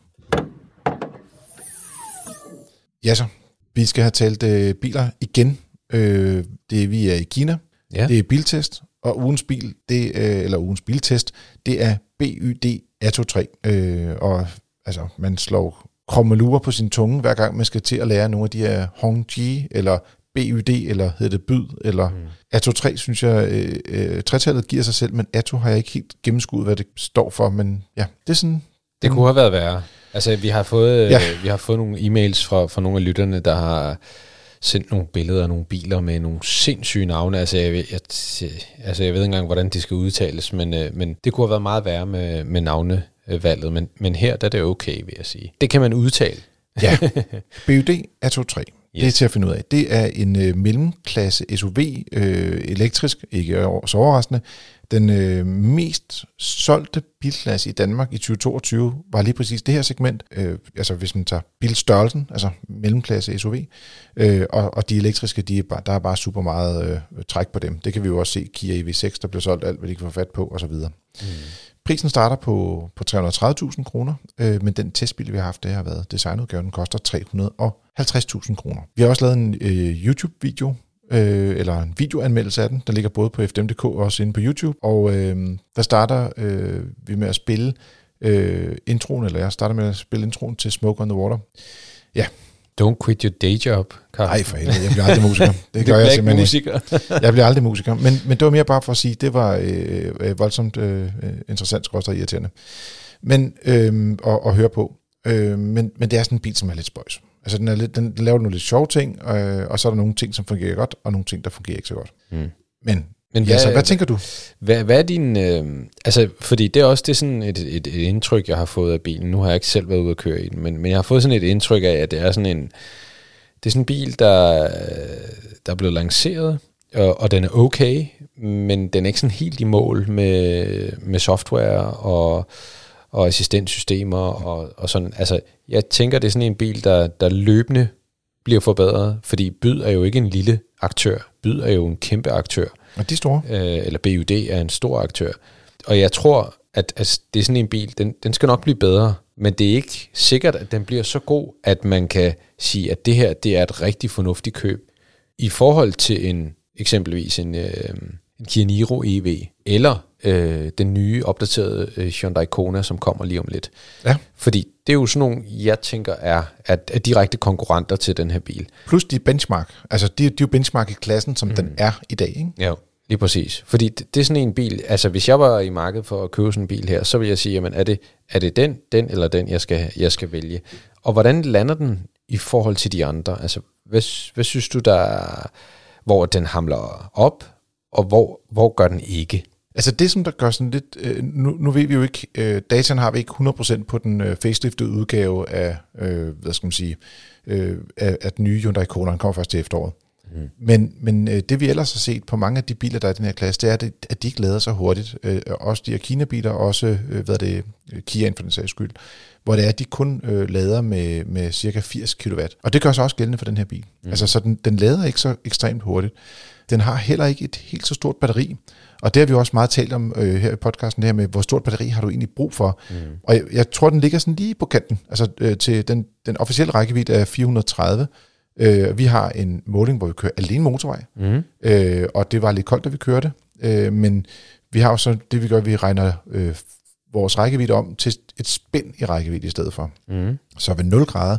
Ja så, vi skal have talt øh, biler igen. Øh, det er, vi er i Kina. Ja. Det er biltest, og ugens bil, det, øh, eller ugens biltest, det er B Y D Atto tre. Øh, og altså, man slår krummelurer på sin tunge, hver gang man skal til at lære nogle af de her Hongji, eller B Y D, eller hedder det Byd, eller mm. Atto tre, synes jeg, øh, øh, tretallet giver sig selv, men Atto har jeg ikke helt gennemskuet, hvad det står for, men ja, det er sådan... Det kunne have været værre. Altså, vi har fået, ja. øh, vi har fået nogle e-mails fra, fra nogle af lytterne, der har sendt nogle billeder af nogle biler med nogle sindssyge navne. Altså, jeg, jeg, jeg, altså, jeg ved ikke engang, hvordan de skal udtales, men, øh, men det kunne have været meget værre med, med navnevalget, men, men her der er det okay, vil jeg sige. Det kan man udtale. Ja, B Y D Atto tre. Yes. Det er til at finde ud af. Det er en øh, mellemklasse S U V, øh, elektrisk, ikke så overraskende. Den øh, mest solgte bilklasse i Danmark i tyve toogtyve var lige præcis det her segment. Øh, altså hvis man tager bilstørrelsen, altså mellemklasse S U V, øh, og, og de elektriske, de er bare, der er bare super meget øh, træk på dem. Det kan vi jo også se. Kia E V seks, der bliver solgt alt, hvad de kan få fat på, osv. Mm. Prisen starter på, på tre hundrede og tredive tusind kroner, øh, men den testbil, vi har haft, det har været designudgaven, den koster tre hundrede og halvtreds tusind kroner. Vi har også lavet en øh, YouTube-video, øh, eller en videoanmeldelse af den, der ligger både på F D M punktum d k og også inde på YouTube, og øh, der starter øh, vi med at spille øh, introen, eller jeg starter med at spille introen til Smoke on the Water. Ja. Don't quit your day job, Carl. Nej, for helvede, jeg bliver aldrig musiker. Det gør jeg simpelthen musiker. ikke. Jeg bliver aldrig musiker. Men, men det var mere bare for at sige, det var øh, voldsomt øh, interessant, skråstrej irriterende. Men, øh, at, at høre på. Øh, men, men det er sådan en bil, som er lidt spøjs. Altså, den, er lidt, den laver nogle lidt sjove ting, øh, og så er der nogle ting, som fungerer godt, og nogle ting, der fungerer ikke så godt. Mm. Men... Men hvad, ja, så hvad tænker du? Hvad, hvad er din... Øh, altså, fordi det er også det er sådan et, et, et indtryk, jeg har fået af bilen. Nu har jeg ikke selv været ude at køre i den, men, men jeg har fået sådan et indtryk af, at det er sådan en... Det er sådan en bil, der, der er blevet lanceret, og, og den er okay, men den er ikke sådan helt i mål med, med software og, og assistentsystemer og, og sådan. Altså, jeg tænker, det er sådan en bil, der, der løbende bliver forbedret, fordi Byd er jo ikke en lille aktør. Byd er jo en kæmpe aktør. Og de er store. Øh, eller B Y D er en stor aktør. Og jeg tror, at, at det er sådan en bil, den, den skal nok blive bedre, men det er ikke sikkert, at den bliver så god, at man kan sige, at det her det er et rigtig fornuftigt køb. I forhold til en eksempelvis en, øh, en Kia Niro E V, eller øh, den nye opdaterede øh, Hyundai Kona, som kommer lige om lidt. Ja. Fordi det er jo sådan nogle, jeg tænker, er, er, er direkte konkurrenter til den her bil. Plus de benchmark. Altså, de, de er jo benchmark i klassen, som mm. den er i dag, ikke? Ja, lige præcis. Fordi det, det er sådan en bil, altså hvis jeg var i markedet for at købe sådan en bil her, så vil jeg sige, jamen er det, er det den, den eller den, jeg skal, jeg skal vælge? Og hvordan lander den i forhold til de andre? Altså, hvad, hvad synes du, der hvor den hamler op, og hvor, hvor gør den ikke? Altså det, som der gør sådan lidt... Øh, nu, nu ved vi jo ikke... Øh, dataen har vi ikke hundrede procent på den øh, faceliftede udgave af, øh, hvad skal man sige, øh, af, af den nye Hyundai Kona. Den kommer først til efteråret. Mm. Men, men øh, det vi ellers har set på mange af de biler, der er i den her klasse, det er, det, at de ikke lader så hurtigt. Øh, også de her Kina-biler, også øh, hvad det, Kia for den sags skyld, hvor det er, at de kun øh, lader med, med cirka firs kilowatt. Og det gør sig også gældende for den her bil. Mm. Altså, så den, den lader ikke så ekstremt hurtigt. Den har heller ikke et helt så stort batteri. Og det har vi også meget talt om øh, her i podcasten, det her med, hvor stort batteri har du egentlig brug for. Mm. Og jeg, jeg tror, den ligger sådan lige på kanten. Altså øh, til den, den officielle rækkevidde er fire hundrede og tredive. Øh, vi har en måling, hvor vi kører alene motorvej. Mm. Øh, og det var lidt koldt, da vi kørte. Øh, men vi har jo så det, vi gør, vi regner øh, vores rækkevidde om til et spænd i rækkevidde i stedet for. Mm. Så ved nul grader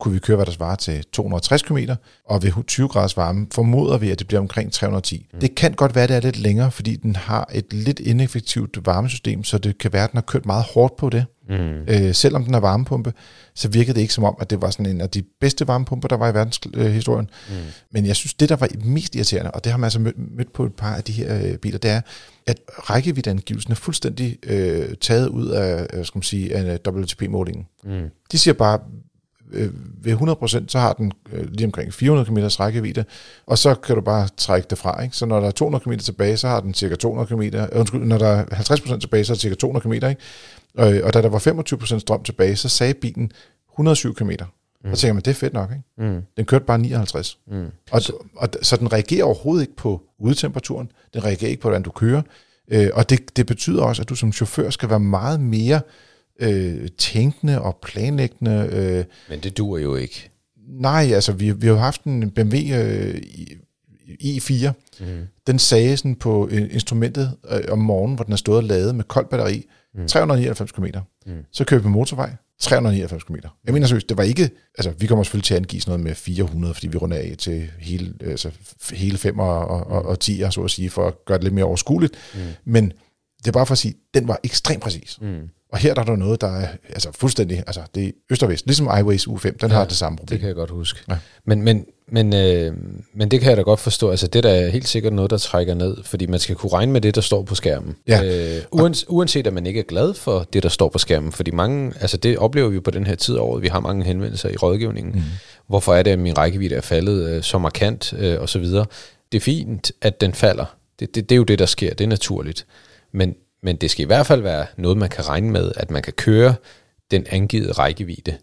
kunne vi køre, hvad der svarer til to hundrede og tres kilometer, og ved tyve graders varme formoder vi, at det bliver omkring tre hundrede og ti. Mm. Det kan godt være, at det er lidt længere, fordi den har et lidt ineffektivt varmesystem, så det kan være, at den har kørt meget hårdt på det. Mm. Øh, selvom den er varmepumpe, så virkede det ikke som om, at det var sådan en af de bedste varmepumper, der var i verdenshistorien. Øh, mm. Men jeg synes, det, der var mest irriterende, og det har man altså mødt, mødt på et par af de her øh, biler, det er, at rækkeviddeangivelsen er fuldstændig øh, taget ud af, øh, skal man sige, af W L T P-målingen. Mm. De siger bare, øh, ved hundrede procent, så har den øh, lige omkring fire hundrede kilometer rækkevidde, og så kan du bare trække det fra. Ikke? Så når der er to hundrede kilometer tilbage, så har den cirka to hundrede kilometer. Øh, undskyld, når der er halvtreds procent tilbage, så er det cirka to hundrede kilometer. Ikke? Og, og da der var femogtyve procent strøm tilbage, så sagde bilen et hundrede og syv kilometer. Mm. Og så tænker man, det er fedt nok, ikke? Mm. Den kørte bare nioghalvtreds. Mm. Og, så, og, så den reagerer overhovedet ikke på udetemperaturen, den reagerer ikke på, hvordan du kører, øh, og det, det betyder også, at du som chauffør skal være meget mere øh, tænkende og planlæggende. Øh. Men det duer jo ikke. Nej, altså vi, vi har jo haft en B M W øh, i fire. Mm. Den sagde sådan på instrumentet øh, om morgenen, hvor den er stået og ladet med koldt batteri, mm. tre hundrede og nioghalvfems kilometer. Mm. Så kører vi på motorvej, tre hundrede og nioghalvfems kilometer. Jeg mener seriøst, det var ikke, altså vi kommer selvfølgelig til at angive sådan noget med fire hundrede, fordi vi runder af til hele, altså, hele fem og, og, og ti, så at sige, for at gøre det lidt mere overskueligt. Mm. Men det er bare for at sige, den var ekstremt præcis. Mm. Og her der er der noget, der er altså, fuldstændig, altså det er øst og vest, ligesom iWays U fem, den ja, har det samme problem. Det kan jeg godt huske. Ja. Men, men, men, øh, men det kan jeg da godt forstå, altså det der er helt sikkert noget, der trækker ned, fordi man skal kunne regne med det, der står på skærmen. Ja. Øh, uans, uanset at man ikke er glad for det, der står på skærmen, fordi mange, altså det oplever vi på den her tid af året, vi har mange henvendelser i rådgivningen. Mm. Hvorfor er det, at min rækkevidde er faldet øh, så markant, øh, og så videre. Det er fint, at den falder. Det, det, det er jo det, der sker, det er naturligt. Men Men det skal i hvert fald være noget, man kan regne med, at man kan køre den angivet rækkevidde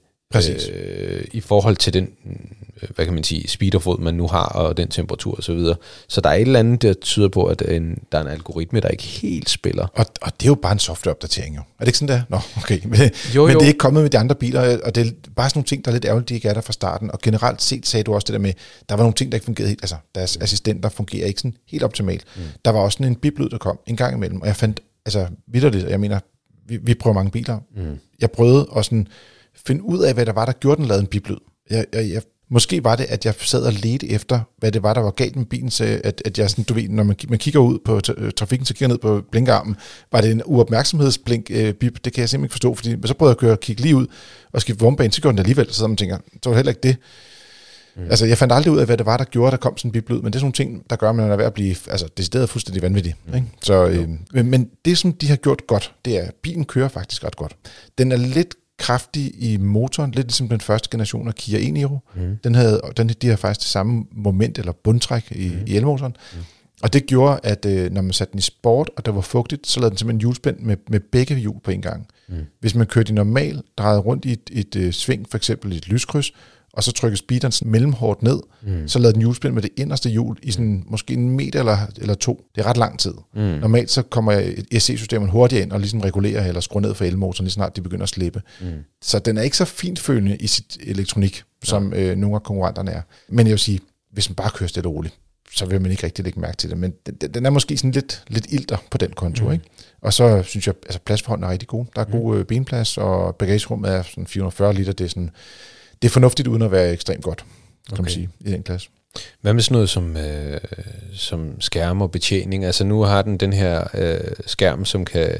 øh, i forhold til den, hvad kan man sige, speederfod, man nu har, og den temperatur og så videre. Så der er et eller andet, der tyder på, at en, der er en algoritme, der ikke helt spiller. Og, og det er jo bare en softwareopdatering jo. Er det ikke sådan der? Nå, okay. Men, jo, men jo. Det er ikke kommet med de andre biler, og det er bare sådan nogle ting, der er lidt ærgerligt, de ikke er der fra starten. Og generelt set sagde du også det der med, der var nogle ting, der ikke fungerede helt, altså deres assistenter fungerer ikke sådan helt optimalt. Mm. Der var også sådan en biblyd, der kom en gang imellem, og jeg fandt altså vitterligt, jeg mener, vi, vi prøver mange biler. Mm. Jeg prøvede at sådan finde ud af, hvad der var, der gjorde den lavede en biblyd. Jeg, jeg, jeg, måske var det, at jeg sad og ledte efter, hvad det var, der var galt med bilen, så at, at jeg sådan, du ved, når man, man kigger ud på t- trafikken, så kigger ned på blinkarmen, var det en uopmærksomhedsblink øh, bip, det kan jeg simpelthen ikke forstå, fordi så prøvede jeg at køre, kigge lige ud og skifte vognbane, så gjorde den alligevel, så man tænker, så var det heller ikke det. Mm. Altså, jeg fandt aldrig ud af, hvad det var, der gjorde, der kom sådan en biblyd, men det er sådan nogle ting, der gør, at man er ved at blive altså, decideret fuldstændig vanvittig. Mm. Ikke? Så, øh, men, men det, som de har gjort godt, det er, at bilen kører faktisk ret godt. Den er lidt kraftig i motoren, lidt ligesom den første generation af Kia e-Niro. Mm. Den havde, den, de har faktisk det samme moment, eller bundtræk i, mm. i elmotoren. Mm. Og det gjorde, at øh, når man satte den i sport, og der var fugtigt, så lavede den simpelthen hjulspænd med, med begge hjul på en gang. Mm. Hvis man kørte i normal, drejede rundt i et, et, et sving, for eksempel i et lyskryds, og så trykker speederen mellemhårdt ned, mm. så lader den hjulspænd med det inderste hjul i sådan måske en meter eller, eller to. Det er ret lang tid. Mm. Normalt så kommer E C systemet hurtigere ind og ligesom regulerer eller skruer ned for elmotoren, lige snart de begynder at slippe. Mm. Så den er ikke så fintfølende i sit elektronik, som ja. øh, nogle af konkurrenterne er. Men jeg vil sige, hvis man bare kører stille og roligt, så vil man ikke rigtig lægge mærke til det. Men den, den er måske sådan lidt, lidt ilter på den konto, mm. ikke? Og så synes jeg, altså pladsforholdene er rigtig gode. Der er mm. god øh, benplads, og bagagerummet er sådan fire hundrede og fyrre liter. Det er sådan... Det er fornuftigt, uden at være ekstremt godt, kan okay. man sige, i den klasse. Hvad med sådan noget som, øh, som skærm og betjening? Altså nu har den den her øh, skærm, som kan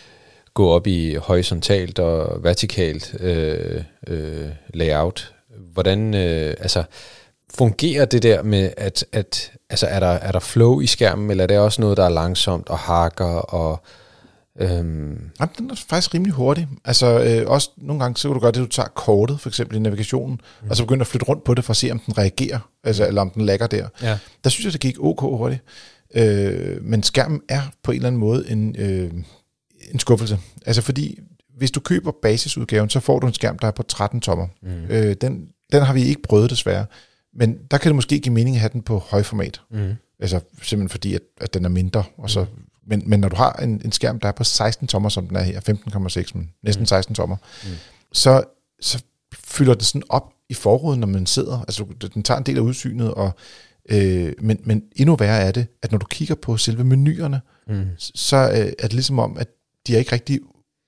gå op i horisontalt og vertikalt øh, øh, layout. Hvordan, øh, altså, fungerer det der med, at, at altså, er, der, er der flow i skærmen, eller er det også noget, der er langsomt og hakker og... Øhm. Jamen, den er faktisk rimelig hurtig. Altså øh, også nogle gange, så kan du gøre det, du tager kortet, for eksempel i navigationen, mm. og så begynder at flytte rundt på det, for at se, om den reagerer, altså, eller om den lagger der. Ja. Der synes jeg, det gik ok hurtigt. Øh, men skærmen er på en eller anden måde en, øh, en skuffelse. Altså fordi, hvis du køber basisudgaven, så får du en skærm, der er på tretten tommer. Mm. Øh, den, den har vi ikke prøvet desværre. Men der kan det måske give mening at have den på højformat. Mm. Altså simpelthen fordi, at, at den er mindre, og så... Men, men når du har en, en skærm, der er på seksten tommer, som den er her, femten komma seks, men næsten seksten tommer, mm. så, så fylder det sådan op i forruden, når man sidder. Altså, den tager en del af udsynet, og, øh, men, men endnu værre er det, at når du kigger på selve menuerne, mm. så øh, er det ligesom om, at de er ikke rigtig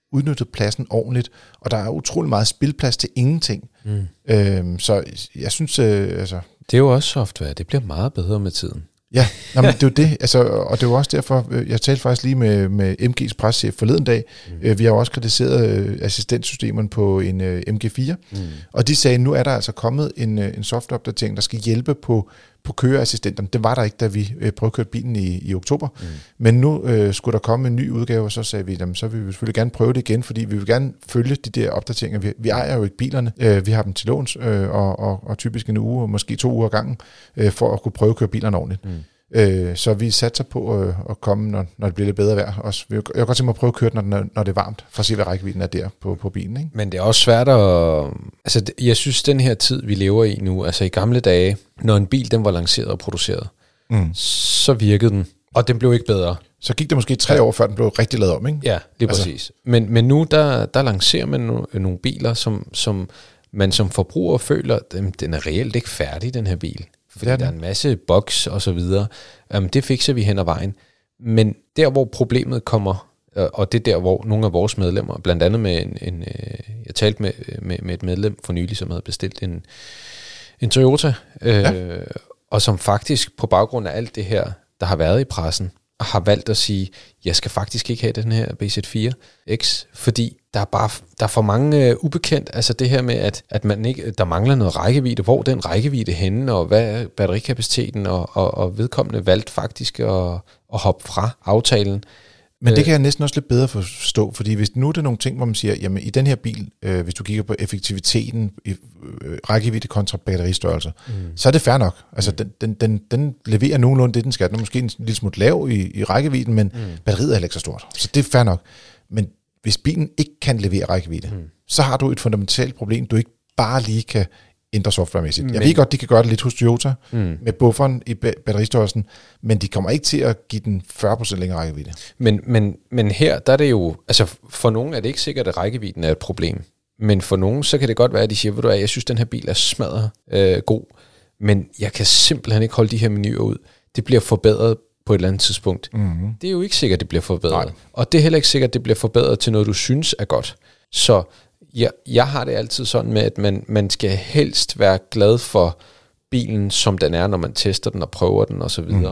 udnyttet pladsen ordentligt, og der er utrolig meget spilplads til ingenting. Mm. Øhm, så jeg synes... Øh, altså, det er jo også software, det bliver meget bedre med tiden. Ja, nå, men det er jo det, altså, og det er jo også derfor, jeg talte faktisk lige med, med M G's preschef forleden dag, mm. vi har jo også kritiseret assistentsystemerne på en uh, M G fire, mm. og de sagde, nu er der altså kommet en, en softwareopdatering, der skal hjælpe på, på køreassistenterne. Det var der ikke, da vi uh, prøvekørte bilen i, i oktober, mm. men nu uh, skulle der komme en ny udgave, og så sagde vi, jamen, så vil vi selvfølgelig gerne prøve det igen, fordi vi vil gerne følge de der opdateringer. Vi, vi ejer jo ikke bilerne, uh, vi har dem til låns, uh, og, og, og typisk en uge, og måske to uger gangen, uh, for at kunne prøve at køre bilerne ordentligt. Mm. Øh, så vi satser på øh, at komme, når, når det bliver lidt bedre vejr. Også, jeg kan godt tænke mig at prøve at køre den, når, når det er varmt, for at se, hvad rækkevidden er der på, på bilen. Ikke? Men det er også svært at... Altså, jeg synes, den her tid, vi lever i nu, altså i gamle dage, når en bil den var lanceret og produceret, mm. så virkede den, og den blev ikke bedre. Så gik det måske tre ja. år, før den blev rigtig lavet om, ikke? Ja, det er altså. Præcis. Men, men nu, der, der lancerer man no, nogle biler, som, som man som forbruger føler, at den er reelt ikke færdig, den her bil. Fordi der er en masse bugs og så videre. Um, det fikser vi hen ad vejen. Men der, hvor problemet kommer, uh, og det er der, hvor nogle af vores medlemmer, blandt andet med en, en uh, jeg talte med, med, med et medlem for nylig, som havde bestilt en, en Toyota, uh, ja. og som faktisk på baggrund af alt det her, der har været i pressen, har valgt at sige, jeg skal faktisk ikke have den her B Z fire X, fordi der er bare der er for mange uh, ubekendt, altså det her med, at, at man ikke, der mangler noget rækkevidde, hvor den rækkevidde henne, og hvad er batterikapaciteten, og, og, og vedkommende valgt faktisk at, at hoppe fra aftalen. Men det kan jeg næsten også lidt bedre forstå, fordi hvis nu er det nogle ting, hvor man siger, jamen i den her bil, øh, hvis du kigger på effektiviteten, øh, rækkevidde kontra batteristørrelse, mm. så er det fair nok. Altså mm. den, den, den, den leverer nogenlunde det, den skal. Den er måske en lille smule lav i, i rækkevidden, men mm. batteriet er heller ikke så stort. Så det er fair nok. Men hvis bilen ikke kan levere rækkevidde, mm. så har du et fundamentalt problem, du ikke bare lige kan ændre softwaremæssigt. Men jeg ved godt, de kan gøre det lidt hos Toyota, mm. med bufferen i batteristørrelsen, men de kommer ikke til at give den fyrre procent længere rækkevidde. Men, men, men her, der er det jo, altså for nogen er det ikke sikkert, at rækkevidden er et problem, men for nogen, så kan det godt være, at de siger, ved du hvad, jeg synes, den her bil er smadret øh, god, men jeg kan simpelthen ikke holde de her menuer ud. Det bliver forbedret på et eller andet tidspunkt. Mm-hmm. Det er jo ikke sikkert, at det bliver forbedret. Nej. Og det er heller ikke sikkert, at det bliver forbedret til noget, du synes er godt. Så jeg, jeg har det altid sådan med, at man, man skal helst være glad for bilen, som den er, når man tester den og prøver den osv. Mm.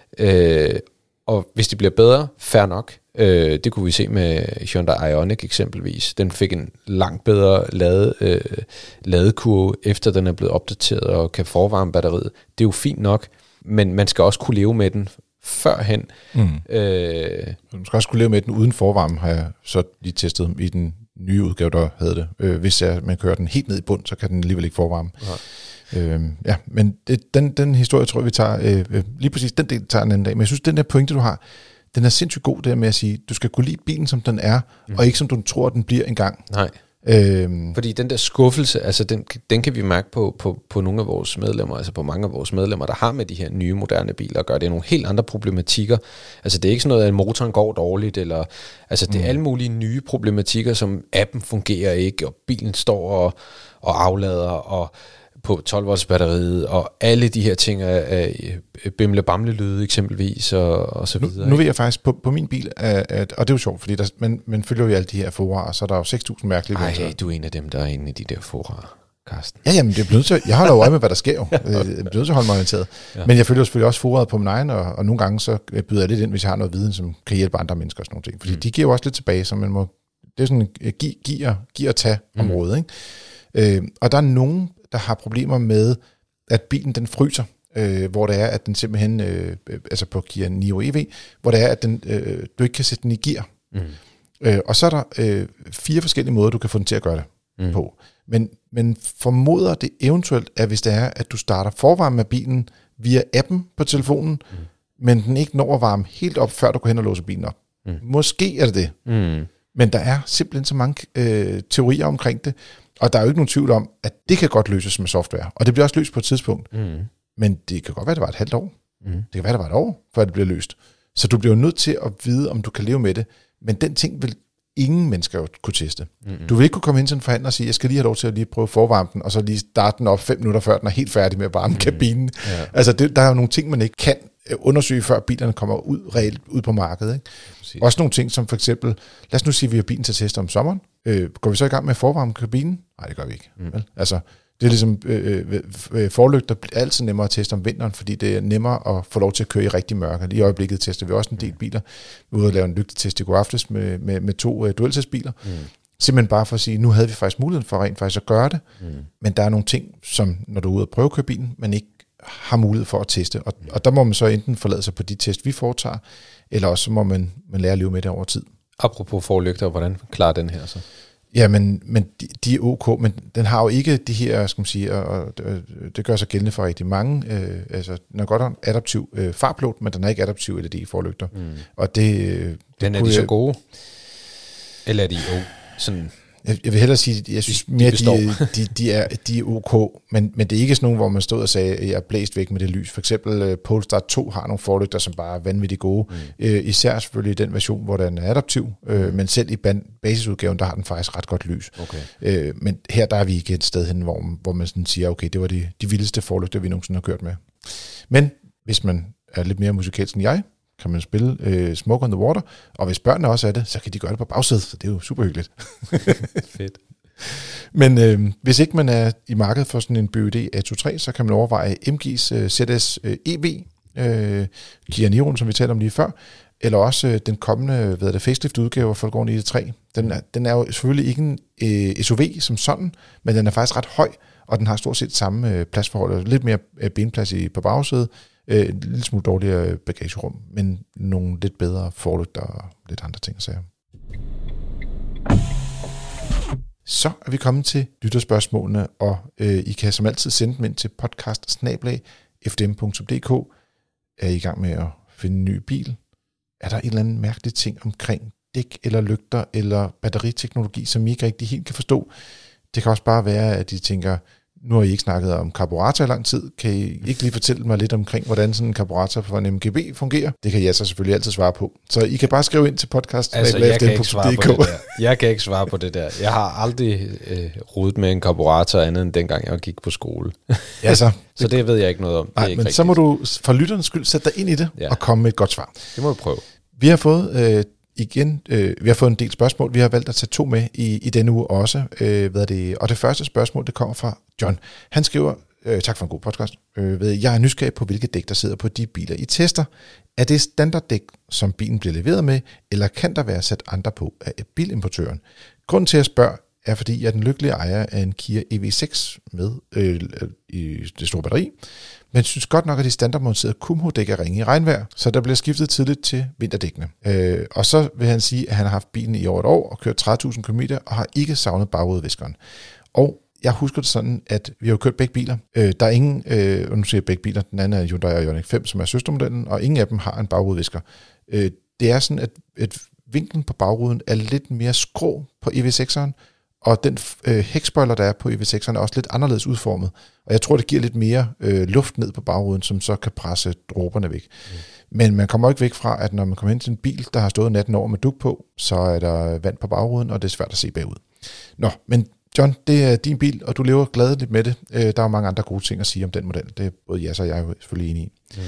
Øh, og hvis det bliver bedre, fair nok. Øh, det kunne vi se med Hyundai Ioniq eksempelvis. Den fik en langt bedre lade, øh, ladekurve, efter den er blevet opdateret og kan forvarme batteriet. Det er jo fint nok, men man skal også kunne leve med den førhen. Mm. Øh, man skal også kunne leve med den uden forvarme, har jeg så lige testet i den nye udgave, der havde det. Øh, hvis jeg, man kører den helt ned i bund, så kan den alligevel ikke forvarme. Ja, øh, ja men det, den, den historie, tror jeg, vi tager, øh, lige præcis den del tager en anden dag. Men jeg synes, den der pointe, du har, den er sindssygt god, der med at sige, du skal kunne lide bilen, som den er, mm. og ikke som du tror, den bliver engang. Nej. Øhm. Fordi den der skuffelse, altså den, den kan vi mærke på, på, på nogle af vores medlemmer, altså på mange af vores medlemmer, der har med de her nye moderne biler at gøre. Det er nogle helt andre problematikker. Altså det er ikke sådan noget, at motoren går dårligt, eller altså det er mm. alle mulige nye problematikker, som appen fungerer ikke, og bilen står og, og aflader, og på tolv volts batteriet, og alle de her ting er, er bimle-bamle lyde eksempelvis, og, og så videre. Nu, nu ved jeg faktisk, på, på min bil, at, at, og det er jo sjovt, fordi der, man, man følger jo alle de her fora, og så er der jo seks tusind mærkelige. Ej, du er en af dem, der er inde i de der fora, Carsten. Ja, jamen, det er nødt til, jeg holder jo øje med, hvad der sker jo. Jeg er nødt til at holde mig orienteret. Ja. Men jeg følger jo selvfølgelig også foraet på min egen, og, og nogle gange så byder jeg lidt ind, hvis jeg har noget viden, som kan hjælpe andre mennesker og sådan nogle ting. Fordi mm. de giver jo også lidt tilbage, så man må, det er sådan en give, give, give og tage område, mm. ikke? Øh, og der er nogen, der har problemer med, at bilen den fryser, øh, hvor det er, at den simpelthen, øh, altså på Kia Niro E V, hvor det er, at den, øh, du ikke kan sætte den i gear. Mm. Øh, og så er der øh, fire forskellige måder, du kan få den til at gøre det mm. på. Men, men formoder det eventuelt, at hvis det er, at du starter forvarme med bilen via appen på telefonen, mm. men den ikke når at varme helt op, før du går hen og låser bilen op. Mm. Måske er det det. Mm. Men der er simpelthen så mange øh, teorier omkring det, og der er jo ikke nogen tvivl om, at det kan godt løses med software. Og det bliver også løst på et tidspunkt. Mm. Men det kan godt være, at det var et halvt år. Mm. Det kan være, at det var et år, før det bliver løst. Så du bliver jo nødt til at vide, om du kan leve med det. Men den ting vil ingen mennesker kunne teste. Mm-hmm. Du vil ikke kunne komme ind til en forhandler og sige, jeg skal lige have lov til at lige prøve forvarme den, og så lige starte den op fem minutter før den er helt færdig med at varme mm-hmm. kabinen. Ja. Altså, det, der er jo nogle ting, man ikke kan undersøge, før bilerne kommer ud reelt ud på markedet. Ikke? Præcis. Også nogle ting, som for eksempel, lad os nu sige, at vi har bilen til at teste om sommeren. Øh, går vi så i gang med at forvarme kabinen? Nej, det gør vi ikke. Mm. Vel? Altså, det er ligesom, øh, øh, forlygter er altid nemmere at teste om vinteren, fordi det er nemmere at få lov til at køre i rigtig mørke. Lige i øjeblikket tester vi også en del biler. Vi var ude og lave en lygtetest i går aftes med, med, med to øh, dualtestbiler. Mm. Simpelthen bare for at sige, nu havde vi faktisk muligheden for rent faktisk at gøre det, mm. men der er nogle ting, som når du er ude og prøve at køre bilen, man ikke har mulighed for at teste. Og, og der må man så enten forlade sig på de test, vi foretager, eller også så må man, man lære at leve med det over tid. Apropos forlygter, hvordan klarer den her så? Ja, men, men de, de er ok, men den har jo ikke de her, skal man sige, og, og det, det gør sig gældende for rigtig mange. Øh, altså, den er godt en adaptiv øh, farplot, men den er ikke adaptiv L E D-forlygter. Mm. Og det, øh, den er de så gode? Eller er de jo sådan... Jeg, jeg vil hellere sige, jeg synes de, mere, de, de, de, de, er, de er ok, men, men det er ikke sådan nogen, hvor man stod og sagde, at jeg er blæst væk med det lys. For eksempel uh, Polestar to har nogle forlygter, som bare er vanvittigt gode. Mm. Uh, især selvfølgelig i den version, hvor den er adaptiv, uh, mm. men selv i basisudgaven, der har den faktisk ret godt lys. Okay. Uh, men her der er vi ikke et sted hen, hvor, hvor man sådan siger, okay, det var de, de vildeste forlygter, vi nogensinde har kørt med. Men hvis man er lidt mere musikalsk end jeg, kan man spille øh, Smoke on the Water, og hvis børnene også er det, så kan de gøre det på bagsædet, så det er jo super hyggeligt. Fedt. Men øh, hvis ikke man er i markedet for sådan en B Y D A to tre, så kan man overveje M G's øh, Z S øh, E V, øh, Kia Niro'en, som vi talte om lige før, eller også øh, den kommende hvad er det, facelift-udgave af Volkswagen I D tre. Den er, den er jo selvfølgelig ikke en øh, S U V som sådan, men den er faktisk ret høj, og den har stort set samme øh, pladsforhold, lidt mere øh, benplads i, på bagsædet, en lille smule dårligere bagagerum, men nogle lidt bedre forlygter og lidt andre ting. Så, så er vi kommet til lytterspørgsmålene, og øh, I kan som altid sende dem ind til podcast snabel-a f d m punktum d k. Er I i gang med at finde en ny bil? Er der en eller anden mærkelig ting omkring dæk eller lygter eller batteriteknologi, som I ikke rigtig helt kan forstå? Det kan også bare være, at I tænker, nu har I ikke snakket om karburator i lang tid. Kan I ikke lige fortælle mig lidt omkring, hvordan sådan en karburator for en M G B fungerer? Det kan jeg så selvfølgelig altid svare på. Så I kan bare skrive ind til podcast. Altså, jeg kan ikke svare på det der. Jeg kan ikke svare på det der. Jeg har aldrig øh, rodet med en karburator andet end dengang jeg gik på skole. Ja, så, så det ved jeg ikke noget om. Nej, men rigtigt. Så må du for lytternes skyld sætte dig ind i det ja. og komme med et godt svar. Det må du prøve. Vi har fået... Øh, Igen, øh, vi har fået en del spørgsmål. Vi har valgt at tage to med i, i denne uge også. Øh, hvad er det? Og det første spørgsmål, det kommer fra John. Han skriver, øh, tak for en god podcast. Øh, ved, jeg er nysgerrig på, hvilke dæk, der sidder på de biler, I tester. Er det standarddæk, som bilen bliver leveret med, eller kan der være sat andre på af bilimportøren? Grunden til at spørge er, fordi jeg er den lykkelige ejer af en Kia E V seks med øh, i det store batteri, men synes godt nok, at de standardmonterede Kumho-dæk er ringe i regnvejr, så der bliver skiftet tidligt til vinterdækkene. Øh, og så vil han sige, at han har haft bilen i over et år og kørt tredive tusind kilometer og har ikke savnet bagrudeviskeren. Og jeg husker det sådan, at vi har kørt begge biler. Øh, der er ingen, øh, nu siger jeg begge biler, den anden er Hyundai Ioniq fem, som er søstermodellen, og ingen af dem har en bagrudevisker. Øh, det er sådan, at, at vinklen på bagruden er lidt mere skrå på E V sekseren, og den øh, hækspoiler, der er på E V sekseren, er også lidt anderledes udformet. Og jeg tror, det giver lidt mere øh, luft ned på bagruden, som så kan presse dråberne væk. Mm. Men man kommer ikke væk fra, at når man kommer hen til en bil, der har stået natten over med dug på, så er der vand på bagruden, og det er svært at se bagud. Nå, men John, det er din bil, og du lever gladeligt med det. Øh, der er jo mange andre gode ting at sige om den model. Det er både jeg og jeg er jo selvfølgelig enige i. Mm.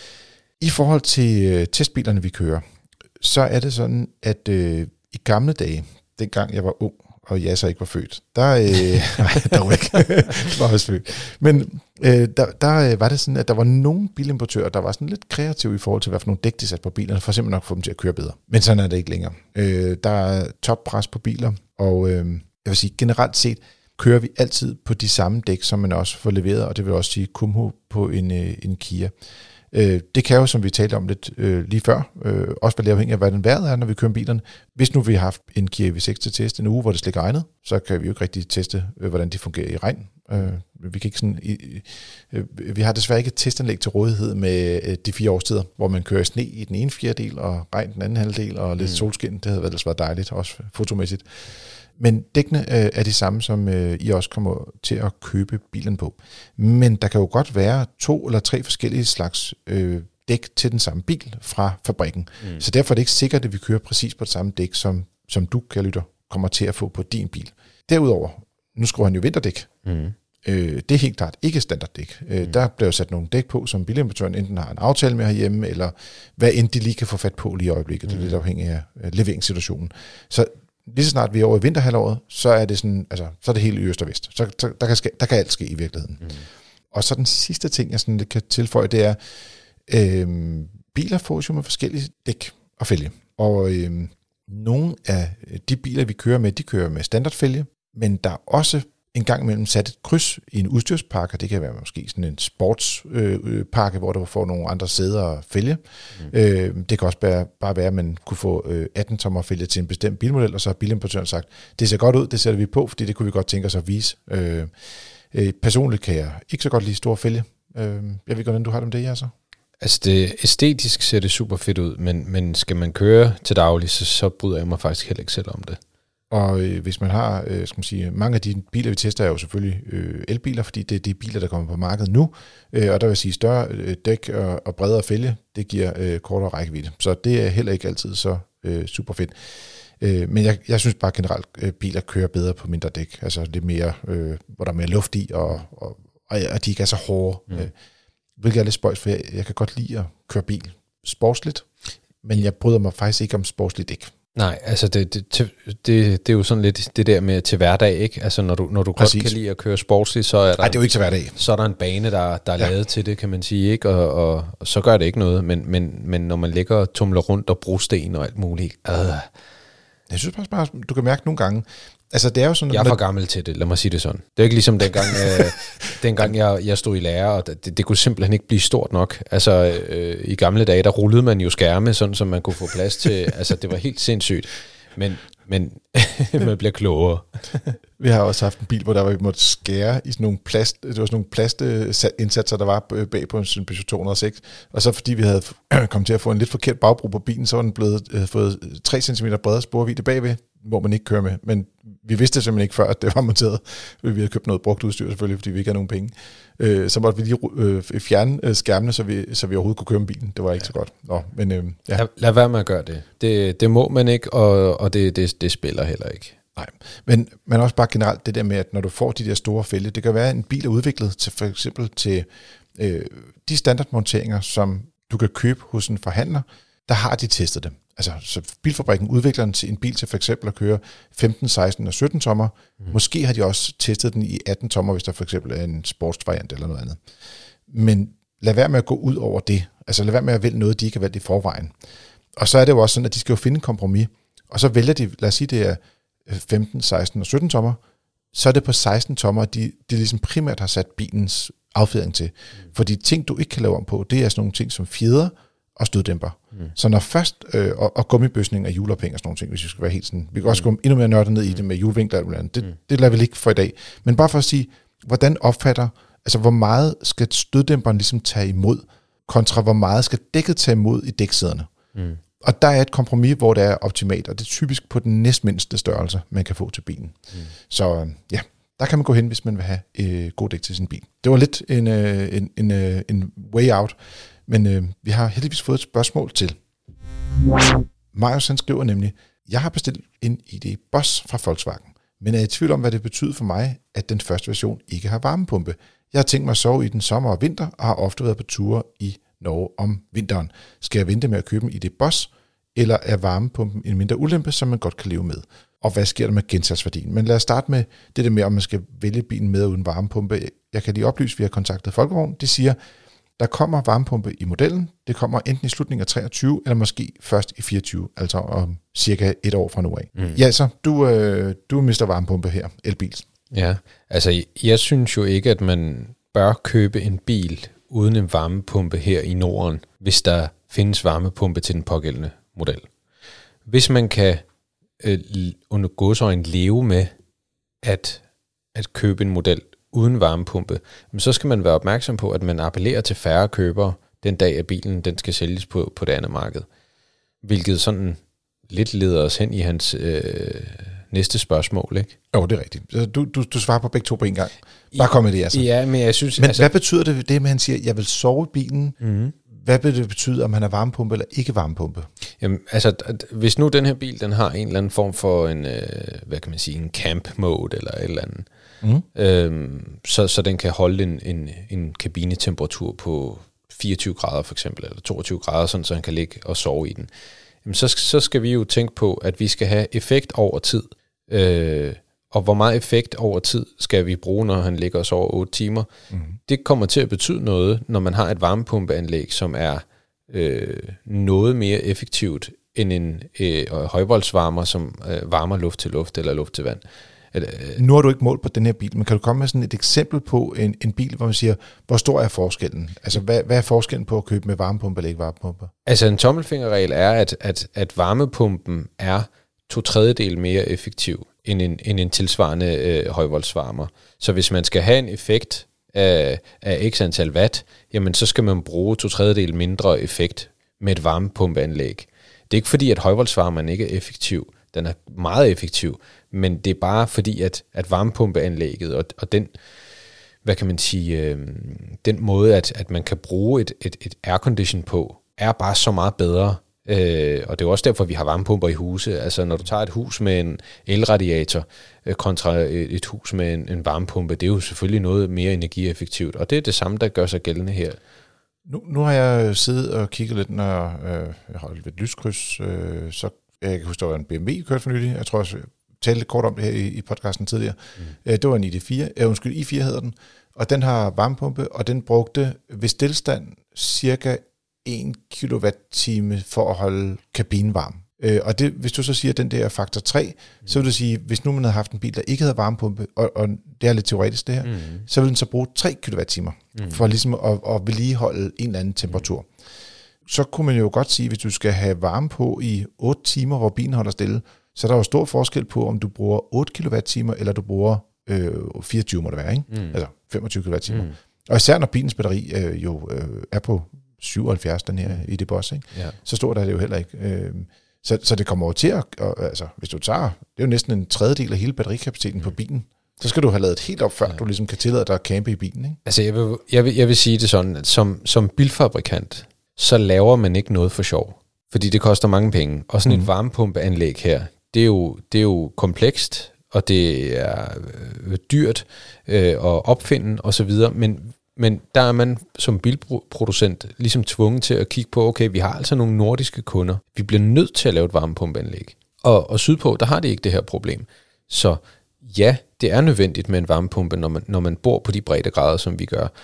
I forhold til øh, testbilerne, vi kører, så er det sådan, at øh, i gamle dage, dengang jeg var ung, og jeg så ikke var født. Der, øh, nej, dog ikke. var også født. Men øh, der, der var det sådan, at der var nogle bilimportører, der var sådan lidt kreative i forhold til, hvad for nogle dæk de satte på bilerne, for simpelthen nok at få dem til at køre bedre. Men sådan er det ikke længere. Øh, der er toppres på biler, og øh, jeg vil sige, generelt set kører vi altid på de samme dæk, som man også får leveret, og det vil også sige Kumho på en, øh, en Kia. Det kan jo, som vi talte om lidt øh, lige før, øh, også være afhængig af, hvad den vejret er, når vi kører bilerne. Hvis nu vi har haft en Kia E V seks til test en uge, hvor det slet ikke regnet, så kan vi jo ikke rigtig teste, øh, hvordan de fungerer i regn. Øh, vi kan ikke sådan, i, øh, vi har desværre ikke et testanlæg til rådighed med øh, de fire årstider, hvor man kører sne i den ene fjerdedel, og regn den anden halvdel, og lidt mm. solskin. Det havde ellers været dejligt, også fotomæssigt. Men dækkene øh, er de samme, som øh, I også kommer til at købe bilen på. Men der kan jo godt være to eller tre forskellige slags øh, dæk til den samme bil fra fabrikken. Mm. Så derfor er det ikke sikkert, at vi kører præcis på det samme dæk, som som du, kære lytter, kommer til at få på din bil. Derudover, nu skruer han jo vinterdæk. Mm. Øh, det er helt klart ikke standarddæk. Øh, mm. Der bliver jo sat nogle dæk på, som bilimportøren enten har en aftale med herhjemme, eller hvad end de lige kan få fat på lige i øjeblikket. Mm. Det er lidt afhængigt af leveringssituationen. Så lige så snart vi er over i vinterhalvåret, så er det sådan, altså, så er det helt i øst og vest. Så, så der, kan ske, der kan alt ske i virkeligheden. Mm. Og så den sidste ting, jeg sådan lidt kan tilføje, det er, øh, biler fås jo med forskellige dæk og fælge. Og øh, nogle af de biler, vi kører med, de kører med standardfælge, men der er også en gang imellem sat et kryds i en udstyrspakke, det kan være måske sådan en sportspakke, øh, hvor du får nogle andre sæder og fælge. Mm. Øh, det kan også bare, bare være, at man kunne få øh, atten tommer fælge til en bestemt bilmodel, og så har bilimportøren sagt, det ser godt ud, det sætter vi på, fordi det kunne vi godt tænke os at vise. Øh, øh, personligt kan jeg ikke så godt lide store fælge. Øh, jeg ved ikke, hvordan du har det med det, jeg så? Altså det æstetisk ser det super fedt ud, men, men skal man køre til daglig, så, så bryder jeg mig faktisk heller ikke selv om det. Og øh, hvis man har, øh, skal man sige, mange af de biler, vi tester, er jo selvfølgelig øh, elbiler, fordi det er de biler, der kommer på markedet nu. Øh, og der vil sige, større øh, dæk og, og bredere fælge, det giver øh, kortere rækkevidde. Så det er heller ikke altid så øh, super fedt. Øh, men jeg, jeg synes bare generelt, at øh, biler kører bedre på mindre dæk. Altså lidt mere, øh, hvor der er mere luft i, og, og, og de ikke er så hårde. Mm. Øh, hvilket er lidt spøjs, for jeg, jeg kan godt lide at køre bil sportsligt, men jeg bryder mig faktisk ikke om sportsligt dæk. Nej, altså det, det, det, det er jo sådan lidt det der med til hverdag, ikke? Altså når du, når du godt kan lide at køre sportsligt, så er der, Ej, det er jo ikke til hverdag. Så er der en bane, der, der er ja. lavet til det, kan man sige, ikke? Og, og, og så gør det ikke noget, men, men, men når man ligger og tumler rundt og brosten og alt muligt, øh. Jeg synes faktisk bare, du kan mærke nogle gange, altså det er jo sådan... Jeg er for gammel til det, lad mig sige det sådan. Det er ikke ligesom dengang, øh, dengang jeg, jeg stod i lære, og det, det kunne simpelthen ikke blive stort nok. Altså øh, i gamle dage, der rullede man jo skærme, sådan så man kunne få plads til, altså det var helt sindssygt. Men, men man bliver klogere. Vi har også haft en bil, hvor der var, vi måtte skære i sådan nogle plast, det var sådan nogle plastindsatser, der var bag på en Peugeot to hundrede og seks. Og så fordi vi havde kommet til at få en lidt forkert bagbro på bilen, så var den blevet øh, fået tre centimeter bredere sporvidde bagved, hvor man ikke kører med. Men vi vidste simpelthen ikke før, at det var monteret. Vi havde købt noget brugt udstyr selvfølgelig, fordi vi ikke havde nogen penge. Øh, så måtte vi lige øh, fjerne skærmene, så vi, så vi overhovedet kunne køre med bilen. Det var ikke ja. så godt. Nå, men, øh, ja. lad, lad være med at gøre det. Det, det må man ikke, og, og det, det, det spiller heller ikke. Nej, men man også bare generelt det der med, at når du får de der store fælge, det kan være, at en bil er udviklet til for eksempel til øh, de standardmonteringer, som du kan købe hos en forhandler, der har de testet dem. Altså, så bilfabrikken udvikler den til en bil til for eksempel at køre femten, seksten og sytten tommer. Mm. Måske har de også testet den i atten tommer, hvis der for eksempel er en sportsvariant eller noget andet. Men lad være med at gå ud over det. Altså lad være med at vælge noget, de ikke har valgt i forvejen. Og så er det jo også sådan, at de skal jo finde en kompromis. Og så vælger de, lad os sige, det er femten, seksten og sytten tommer. Så er det på seksten tommer, de, de ligesom primært har sat bilens affjedring til. Mm. Fordi ting, du ikke kan lave om på, det er sådan nogle ting som fjeder og støddæmper. Mm. Så når først, øh, og, og gummibøsning og hjulophæng og sådan nogle ting, hvis vi skal være helt sådan, vi kan også gå endnu mere nørdet ned i det med hjulvinkler og andet. Det, mm. det lader vi ikke for i dag. Men bare for at sige, hvordan opfatter, altså hvor meget skal støddæmperen ligesom tage imod, kontra hvor meget skal dækket tage imod i dæksæderne. Mm. Og der er et kompromis, hvor det er optimalt, og det er typisk på den næstmindste størrelse, man kan få til bilen. Mm. Så ja, der kan man gå hen, hvis man vil have øh, god dæk til sin bil. Det var lidt en, øh, en, en, øh, en way out, men øh, vi har heldigvis fået et spørgsmål til. Marius han skriver nemlig, jeg har bestilt en I D Boss fra Volkswagen, men er i tvivl om, hvad det betyder for mig, at den første version ikke har varmepumpe. Jeg har tænkt mig at sove i den sommer og vinter, og har ofte været på ture i Norge om vinteren. Skal jeg vente med at købe en I D Boss, eller er varmepumpen en mindre ulempe, som man godt kan leve med? Og hvad sker der med gensalgsværdien? Men lad os starte med det der med, om man skal vælge bilen med uden varmepumpe. Jeg kan lige oplyse, at vi har kontaktet Folkevogn. De siger, der kommer varmepumpe i modellen. Det kommer enten i slutningen af treogtyve, eller måske først i fireogtyve, altså om cirka et år fra nu af. Mm. Ja, så du, øh, du mister varmepumpe her, elbil. Ja, altså jeg synes jo ikke, at man bør købe en bil uden en varmepumpe her i Norden, hvis der findes varmepumpe til den pågældende model. Hvis man kan øh, under gåseøjne leve med at, at købe en model uden varmepumpe, så skal man være opmærksom på, at man appellerer til færre købere den dag, at bilen den skal sælges på, på det andet marked. Hvilket sådan lidt leder os hen i hans øh, næste spørgsmål, ikke? Jo, det er rigtigt. Du, du, du svarer på begge to på en gang. Bare kom med det, altså. Ja, men jeg synes... Men altså, hvad betyder det, det med, at han siger, at jeg vil sove i bilen, mm-hmm. hvad vil det betyde, om han er varmepumpe eller ikke varmepumpe? Jamen, altså, hvis nu den her bil, den har en eller anden form for en, øh, hvad kan man sige, en camp mode eller et eller andet, mm. øhm, så, så den kan holde en, en, en kabinetemperatur på fireogtyve grader for eksempel, eller toogtyve grader, sådan, så han kan ligge og sove i den. Jamen, så, så skal vi jo tænke på, at vi skal have effekt over tid. Øh, og hvor meget effekt over tid skal vi bruge, når han ligger og sover otte timer? Mm. Det kommer til at betyde noget, når man har et varmepumpeanlæg, som er øh, noget mere effektivt end en øh, højvoldsvarmer, som øh, varmer luft til luft eller luft til vand. Eller, øh, nu har du ikke målt på den her bil, men kan du komme med sådan et eksempel på en, en bil, hvor man siger, hvor stor er forskellen? Altså, hvad, hvad er forskellen på at købe med varmepumpe eller ikke varmepumpe? Altså, en tommelfingerregel er, at, at, at varmepumpen er to tredjedel mere effektiv end en, end en tilsvarende øh, højvoldsvarmer. Så hvis man skal have en effekt af, af x antal watt, jamen så skal man bruge to tredjedel mindre effekt med et varmepumpeanlæg. Det er ikke fordi, at højvoldsvarmeren ikke er effektiv. Den er meget effektiv, men det er bare fordi, at, at varmepumpeanlægget og, og den, hvad kan man sige, øh, den måde, at, at man kan bruge et, et, et aircondition på, er bare så meget bedre. Øh, og det er også derfor, vi har varmepumper i huse. Altså når du tager et hus med en elradiator øh, kontra et, et hus med en, en varmepumpe, det er jo selvfølgelig noget mere energieffektivt. Og det er det samme, der gør sig gældende her. Nu, nu har jeg siddet og kigget lidt, når øh, jeg holdt et lyskryds, øh, så jeg kan huske, der var en B M W kørt for nylig. Jeg tror også, jeg talte lidt kort om det her i, i podcasten tidligere. Mm. Øh, det var en I D fire, øh, undskyld, I fire hedder den, og den har varmepumpe, og den brugte ved stillestand cirka en kilowatt-time for at holde kabinen varm. Øh, og det, hvis du så siger, at den der er faktor tre, mm. så vil det sige, hvis nu man havde haft en bil, der ikke havde varmepumpe, og, og det er lidt teoretisk det her, mm. så vil den så bruge tre kilowatt-timer mm. for ligesom at, at vedligeholde en eller anden temperatur. Mm. Så kunne man jo godt sige, hvis du skal have varme på i otte timer, hvor bilen holder stille, så er der jo stor forskel på, om du bruger otte kilowatt-timer, eller du bruger øh, fireogtyve, må det være, ikke? Mm. Altså femogtyve kilowatt-timer. Mm. Og især når bilens batteri øh, jo øh, er på syvoghalvfjerds, den her i det boss, ikke? Ja. Så stort er det jo heller ikke. Øh, så, så det kommer over til at, og, altså, hvis du tager, det er jo næsten en tredjedel af hele batterikapaciteten mm. på bilen, så skal du have lavet et helt op, før ja. du ligesom kan tillade dig at campe i bilen, ikke? Altså, jeg vil, jeg vil, jeg vil sige det sådan, at som, som bilfabrikant, så laver man ikke noget for sjov, fordi det koster mange penge. Og sådan mm. et varmepumpeanlæg her, det er jo, det er jo komplekst, og det er øh, dyrt øh, at opfinde osv., men Men der er man som bilproducent ligesom tvunget til at kigge på, okay, vi har altså nogle nordiske kunder. Vi bliver nødt til at lave et varmepumpeanlæg. Og, og sydpå, der har de ikke det her problem. Så ja, det er nødvendigt med en varmepumpe, når man, når man bor på de breddegrader, som vi gør.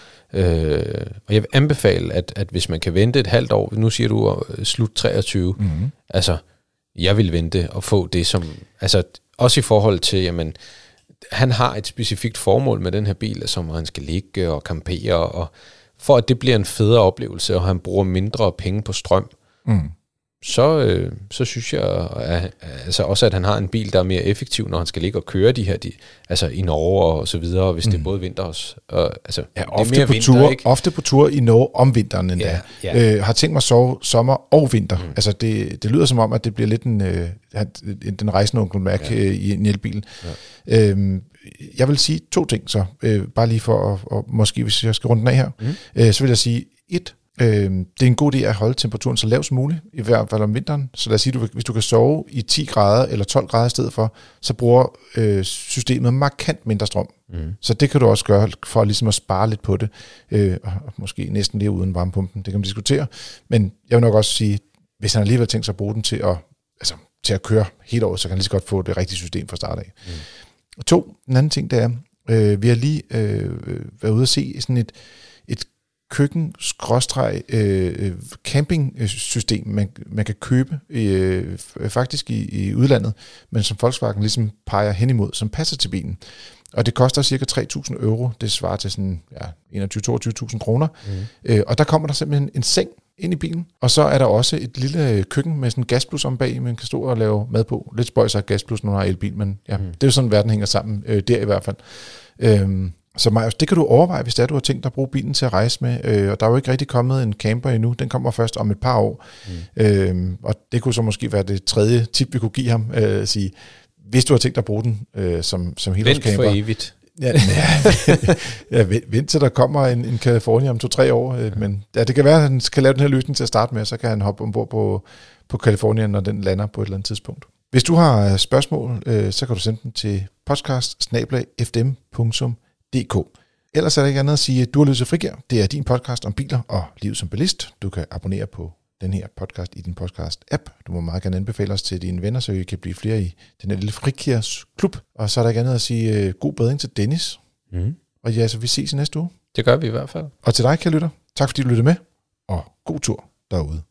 Øh, og jeg vil anbefale, at, at hvis man kan vente et halvt år, nu siger du uh, slut treogtyve, mm-hmm. altså jeg vil vente og få det som, altså også i forhold til, jamen, han har et specifikt formål med den her bil, som han skal ligge og campere, og for at det bliver en federe oplevelse, og han bruger mindre penge på strøm, mm. så, øh, så synes jeg at, altså også, at han har en bil, der er mere effektiv, når han skal ligge og køre de her, de, altså i Norge og så videre, hvis mm. det er både vinter også. Og, altså, ja, ofte, det er mere på vinter, tur, ikke? Ofte på tur i Norge om vinteren endda. Ja, ja. Øh, har tænkt mig at sove sommer og vinter. Mm. Altså det, det lyder som om, at det bliver lidt en, øh, den rejsende onkel Mac ja. øh, i en elbil. Ja. Øhm, jeg vil sige to ting så, øh, bare lige for at, og måske hvis jeg skal runde den af her, mm. øh, så vil jeg sige, et, øh, det er en god idé at holde temperaturen så lav som muligt, i hvert fald om vinteren. Så lad os sige, du, hvis du kan sove i ti grader eller tolv grader i stedet for, så bruger øh, systemet markant mindre strøm. Mm. Så det kan du også gøre for ligesom at spare lidt på det, øh, og måske næsten lige uden varmepumpen, det kan man diskutere. Men jeg vil nok også sige, hvis han alligevel tænkt sig at bruge den til at, altså, til at køre hele året, så kan han lige så godt få det rigtige system fra start af. Mm. Og to, den anden ting, det er, øh, vi har lige øh, været ude at se sådan et, et køkken-camping-system, man, man kan købe øh, faktisk i, i udlandet, men som Volkswagen ligesom peger hen imod, som passer til bilen. Og det koster cirka tre tusind euro, det svarer til sådan ja, enogtyve til toogtyve tusind kroner. Mm. Øh, og der kommer der simpelthen en seng ind i bilen, og så er der også et lille køkken med sådan en gasplus om bag, man kan stå og lave mad på. Lidt spøjs af gasplus, når man har elbil, men ja, mm. det er jo sådan, verden hænger sammen, øh, der i hvert fald. Øhm, så Marius, det kan du overveje, hvis det er, du har tænkt dig at bruge bilen til at rejse med, øh, og der er jo ikke rigtig kommet en camper endnu, den kommer først om et par år, mm. øhm, og det kunne så måske være det tredje tip, vi kunne give ham, øh, sige, hvis du har tænkt dig at bruge den øh, som, som helårscamper. Vent for evigt. Ja, ja, ja vent, vent til der kommer en, en California om to-tre år. Ja. Men ja, det kan være, at han kan lave den her løsning til at starte med, og så kan han hoppe ombord på, på California, når den lander på et eller andet tidspunkt. Hvis du har spørgsmål, øh, så kan du sende dem til podcast snabel-a f d m punktum d k. Ellers er der ikke andet at sige, at du har lyttet til Frigir. Det er din podcast om biler og livet som bilist. Du kan abonnere på den her podcast i din podcast-app. Du må meget gerne anbefale os til dine venner, så vi kan blive flere i den her lille Frigirs klub. Og så er der ikke andet at sige uh, god bedring til Dennis. Mm. Og ja, så vi ses i næste uge. Det gør vi i hvert fald. Og til dig, kære lytter, tak fordi du lyttede med, og god tur derude.